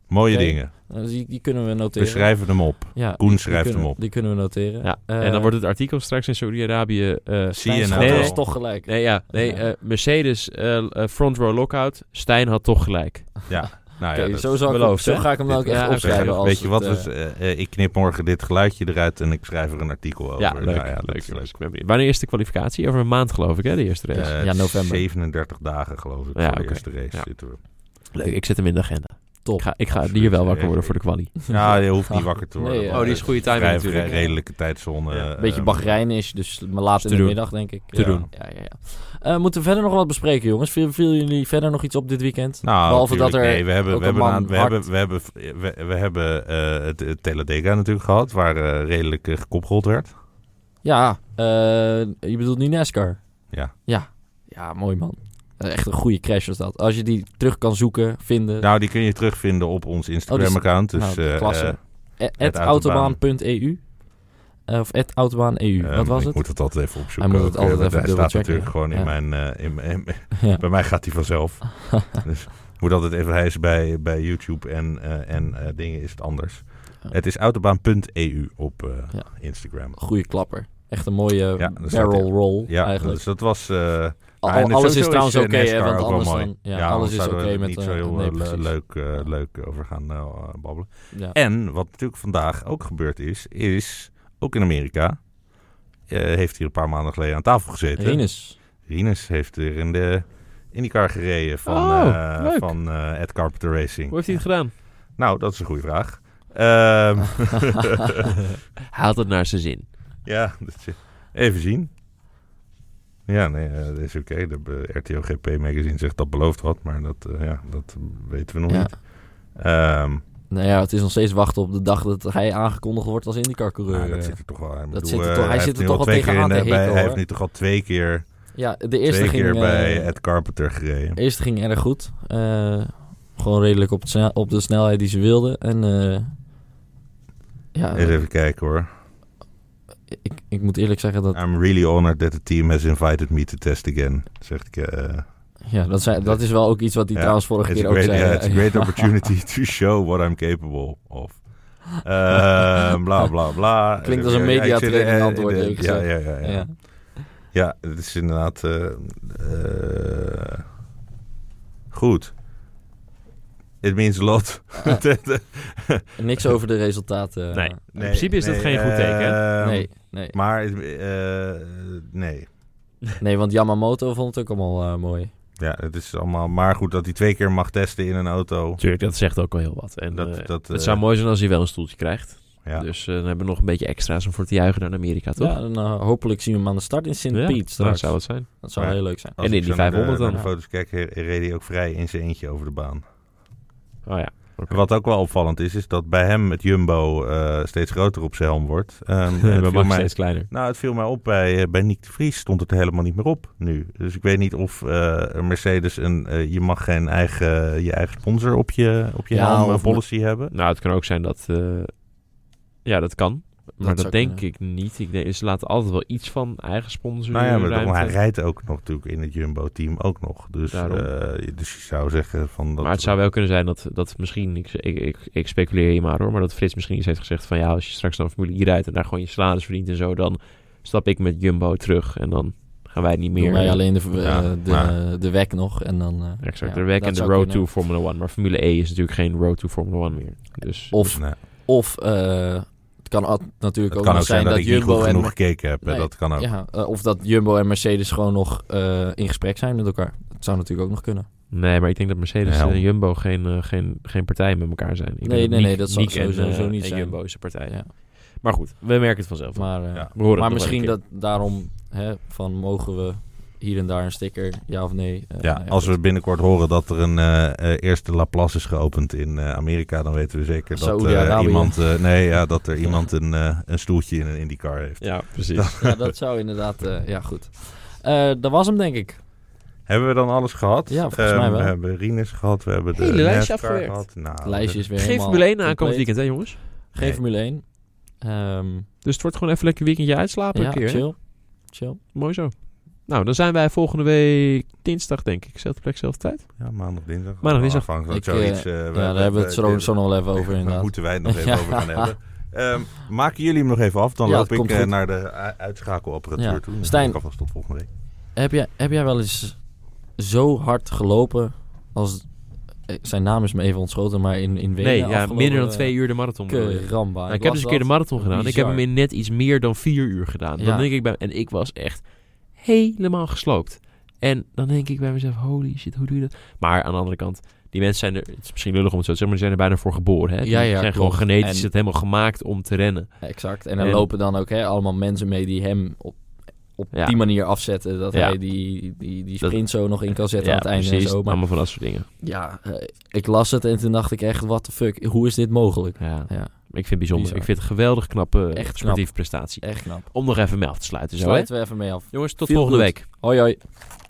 Mooie Oké. dingen. Uh, die, die kunnen we noteren. We schrijven hem op. Ja, Koen die- schrijft die kunnen, hem op. Die kunnen we noteren. Ja. Uh, en dan wordt het artikel straks in Saudi-Arabië... eh Zie je Stijn nou Schat nee, was wel. toch gelijk. Nee, ja. Nee, Ja. eh, Mercedes eh, eh, front row lockout. Stijn had toch gelijk. Ja. Nou Oké, ja, dat zo, is zal ik, beloofd, zo hè? ga ik hem dan ook dit- echt ja, opschrijven. Als Weet je wat? het, we- uh, eh, eh, ik knip morgen dit geluidje eruit en ik schrijf er een artikel over. Ja, leuk. Nou ja, dat leuk, is jongens. Ik ben benieuwd. Wanneer is de kwalificatie? Over een maand geloof ik, hè? De eerste race. Eh, Ja, november. zevenendertig dagen geloof ik Ja, voor de oké. eerste race Ja. zitten we. Leuk, ik zet hem in de agenda. Top. Ik ga, ik ga Absoluut. hier wel wakker worden voor de kwalie. Ja, je hoeft niet wakker te worden. Nee, ja. Oh, die is goede timing Vrij- natuurlijk. vrij redelijke tijdzone. Ja. eh, Een beetje eh, Bahrein is, dus maar laat in te de doen. middag, denk ik. Te ja. doen. Ja, ja, ja. Uh, moeten we verder nog wat bespreken, jongens? Viel, viel jullie verder nog iets op dit weekend? Nou, Behalve dat natuurlijk, er nee, we hebben, ook we een hebben, man aan- we hard- hebben, we hebben, we, we hebben eh, het, het Teledega natuurlijk gehad, waar eh, redelijk uh, gekopgerold werd. Ja, uh, je bedoelt niet NASCAR? Ja. Ja, ja mooi man. Uh, echt een goede crash was dat. Als je die terug kan zoeken, vinden... Nou, die kun je terugvinden op ons Instagram-account. Dus, nou, eh, klasse. eh, at autobaan punt e u Uh, of at autobaan punt e u. eh, Wat was ik het? moet het altijd even opzoeken. Hij moet het ook, eh, altijd want even hij staat dubbelchecken. natuurlijk gewoon in Ja. mijn... eh, in, mijn- Ja. Bij mij gaat hij vanzelf. Dus ik moet altijd even... Hij is bij, bij YouTube en, eh, en eh, dingen is het anders. Ja. Het is autobaan punt e u op eh, Ja. Instagram. Goeie klapper. Echt een mooie Ja, daar staat barrel hij. roll Ja, eigenlijk. dus dat was... eh, Al- Ah, en alles sowieso is trouwens eh, oké, hè, NASCAR want ook wel anders mooi. dan... Ja, Ja, alles anders is zouden oké we er met... niet uh, zo heel nee, eh, precies. leuk, uh, leuk over gaan uh, babbelen. Ja. En wat natuurlijk vandaag ook gebeurd is, is ook in Amerika, uh, heeft hier een paar maanden geleden aan tafel gezeten. Rinus. Rinus heeft er in de IndyCar gereden van, Oh, uh, leuk. van uh, Ed Carpenter Racing. Hoe heeft hij het gedaan? Nou, dat is een goede vraag. Um, Hij had het naar zijn zin. ja, dat is- even zien. Ja, nee, uh, dat is oké. De uh, R T O G P magazine zegt dat beloofd wat, maar dat, uh, ja, dat weten we nog Ja. niet. Um, Nou ja, het is nog steeds wachten op de dag dat hij aangekondigd wordt als IndyCar-coureur. nou, dat uh. zit er toch wel aan. Ik dat bedoel, zit er uh, toch- hij heeft zit er nu toch al wel twee keer tegenaan in de- te bij- hikken, Hij hoor. heeft nu toch al twee keer, Ja, de eerste twee ging... keer uh, bij Ed Carpenter gereden. De eerste ging erg goed. Uh, gewoon redelijk op, het snel, op de snelheid die ze wilden. En uh, ja, Eens even kijken hoor. ik, ik moet eerlijk zeggen dat... I'm really honored that the team has invited me to test again. Zegt ik. Uh, Ja, dat, zei, dat is wel ook iets wat hij ja, trouwens vorige it's keer a ook great, zei. yeah, it's a great opportunity to show what I'm capable of. Uh, bla bla bla. Klinkt als een Ja, ik zit, mediatraining eh, antwoord, in de- eerlijk Ja, gezegd. ja, ja. ja. Ja. Ja, het is inderdaad uh, uh, goed. It means a lot. Niks over de resultaten. Nee. In principe is dat geen goed teken, hè? uh, Nee, nee. Maar, uh, nee. Nee, want Yamamoto vond het ook allemaal uh, mooi. Ja, het is allemaal... Maar goed, dat hij twee keer mag testen in een auto. Tuurlijk, dat zegt ook wel heel wat. En Dat, uh, dat, het uh, zou mooi zijn als hij wel een stoeltje krijgt. Ja. Dus uh, dan hebben we nog een beetje extra's om voor te juichen naar Amerika, toch? Ja, en uh, hopelijk zien we hem aan de start in Saint Ja, Pete dat straks. zou het zijn. Dat zou Maar- heel leuk zijn. Als En ik in die zo naar de- vijfhonderd naar dan. de foto's kijk, he- reed hij ook vrij in zijn eentje over de baan. Oh ja. Okay. Wat ook wel opvallend is, is dat bij hem het Jumbo uh, steeds groter op zijn helm wordt. Um, het We viel mag mij- steeds kleiner. Nou, het viel mij op bij, uh, bij Nick de Vries stond het er helemaal niet meer op nu. Dus ik weet niet of uh, Mercedes een, uh, je mag geen eigen, je eigen sponsor op je, op je Ja, helm uh, of- policy hebben. Nou, het kan ook zijn dat... Uh, ja, dat kan. Maar dat, zou denk kunnen. ik niet. Ik denk, ze laten altijd wel iets van eigen sponsor. Nou ja, maar ruimte. daarom, hij rijdt ook nog natuurlijk in het Jumbo-team ook nog. Dus, Daarom. uh, dus je zou zeggen van... Dat, Maar het zou wel kunnen zijn dat, dat misschien... Ik, ik, ik, ik speculeer je maar hoor. Maar dat Frits misschien iets heeft gezegd van... Ja, als je straks dan Formule I rijdt en daar gewoon je salaris verdient en zo... Dan stap ik met Jumbo terug en dan gaan wij niet meer... Doen wij alleen de, uh, Ja, de, maar- de weg nog en dan... Uh, Exact, ja, de weg dat en de zou road kunnen. to Formula one. Maar Formule E is natuurlijk geen road to Formula one meer. Dus Of, Nee. of uh, het kan al- natuurlijk Het ook kan nog ook zijn dat, ik niet Jumbo goed en... genoeg gekeken heb. hè. Nee, Dat kan ook. Ja, uh, of dat Jumbo en Mercedes gewoon nog uh, in gesprek zijn met elkaar. Dat zou natuurlijk ook nog kunnen. Nee, maar ik denk dat Mercedes Ja. en Jumbo geen, uh, geen, geen partij met elkaar zijn. Ik Nee, denk nee, Niek- nee, dat zal Niek en, sowieso uh, niet en zijn. Jumbo is een partij. Ja. Maar goed, we merken het vanzelf. Maar, uh, Ja. We horen maar het nog misschien wel een dat daarom hè, van mogen we hier en daar een sticker, ja of nee. Uh, Ja, nou als goed. we binnenkort horen dat er een uh, uh, eerste Laplace is geopend in uh, Amerika, dan weten we zeker dat uh, Saoedi-Arabië. iemand, uh, nee, ja, dat er iemand een, uh, een stoeltje in een IndyCar heeft. keer. Ja, precies. Ja, dat zou inderdaad... Uh, ja, goed. Uh, dat was hem, denk ik. Hebben we dan alles gehad? Ja, volgens Um, mij wel. We hebben Rinus gehad, we hebben de Hele lijstje NASCAR afgewerkt. gehad. Nou, Het lijstje is weer Geen helemaal Formule één aankomend compleet. weekend, hè jongens? Geen Nee. Formule één. Um, Dus het wordt gewoon even lekker weekendje uitslapen ja, een keer. hè? chill. Chill. Mooi zo. Nou, dan zijn wij volgende week dinsdag, denk ik. Zelfde plek, zelfde tijd. Ja, maandag, dinsdag. Maandag, dinsdag. Afhankelijk Ik, zoiets. uh, Uh, ja, daar hebben we het zo, zo nog wel even over Daar inderdaad. moeten wij het nog even Ja. over gaan hebben. Um, maken jullie hem nog even af, dan Ja, loop het komt ik uh, goed. naar de u- uitschakelapparatuur Ja. toe. Dan Stijn. zeg ik alvast tot volgende week. Heb jij, heb jij wel eens zo hard gelopen als... eh, Zijn naam is me even ontschoten, maar in, in Wenen Nee, ja, afgelopen, minder dan eh, twee uur de marathon. Keramba. Nou, ik heb dus een keer de marathon gedaan. Ik heb hem in net iets meer dan vier uur gedaan. Dan Ja. denk ik bij, en ik was echt helemaal gesloopt. En dan denk ik bij mezelf, holy shit, hoe doe je dat? Maar aan de andere kant, die mensen zijn er, het is misschien lullig om het zo te zeggen, maar die zijn er bijna voor geboren. Hè? Die Ja, ja, zijn gewoon klopt. genetisch En- het helemaal gemaakt om te rennen. Exact. En er En- lopen dan ook hè, allemaal mensen mee die hem op, op Ja. die manier afzetten. Dat Ja. hij die, die, die Dat- sprint zo nog in kan zetten Ja, aan het einde precies. en zo. Maar Allemaal van dat soort dingen. ja, eh, ik las het en toen dacht ik echt, what the fuck, hoe is dit mogelijk? Ja. Ja, Ik vind het bijzonder. Bizar. Ik vind het een geweldig knappe Echt knap. sportieve prestatie. echt knap. Om nog even mee af te sluiten. Zo, hè? Sluiten we even mee af. Jongens, tot Feel volgende good. week. Hoi hoi.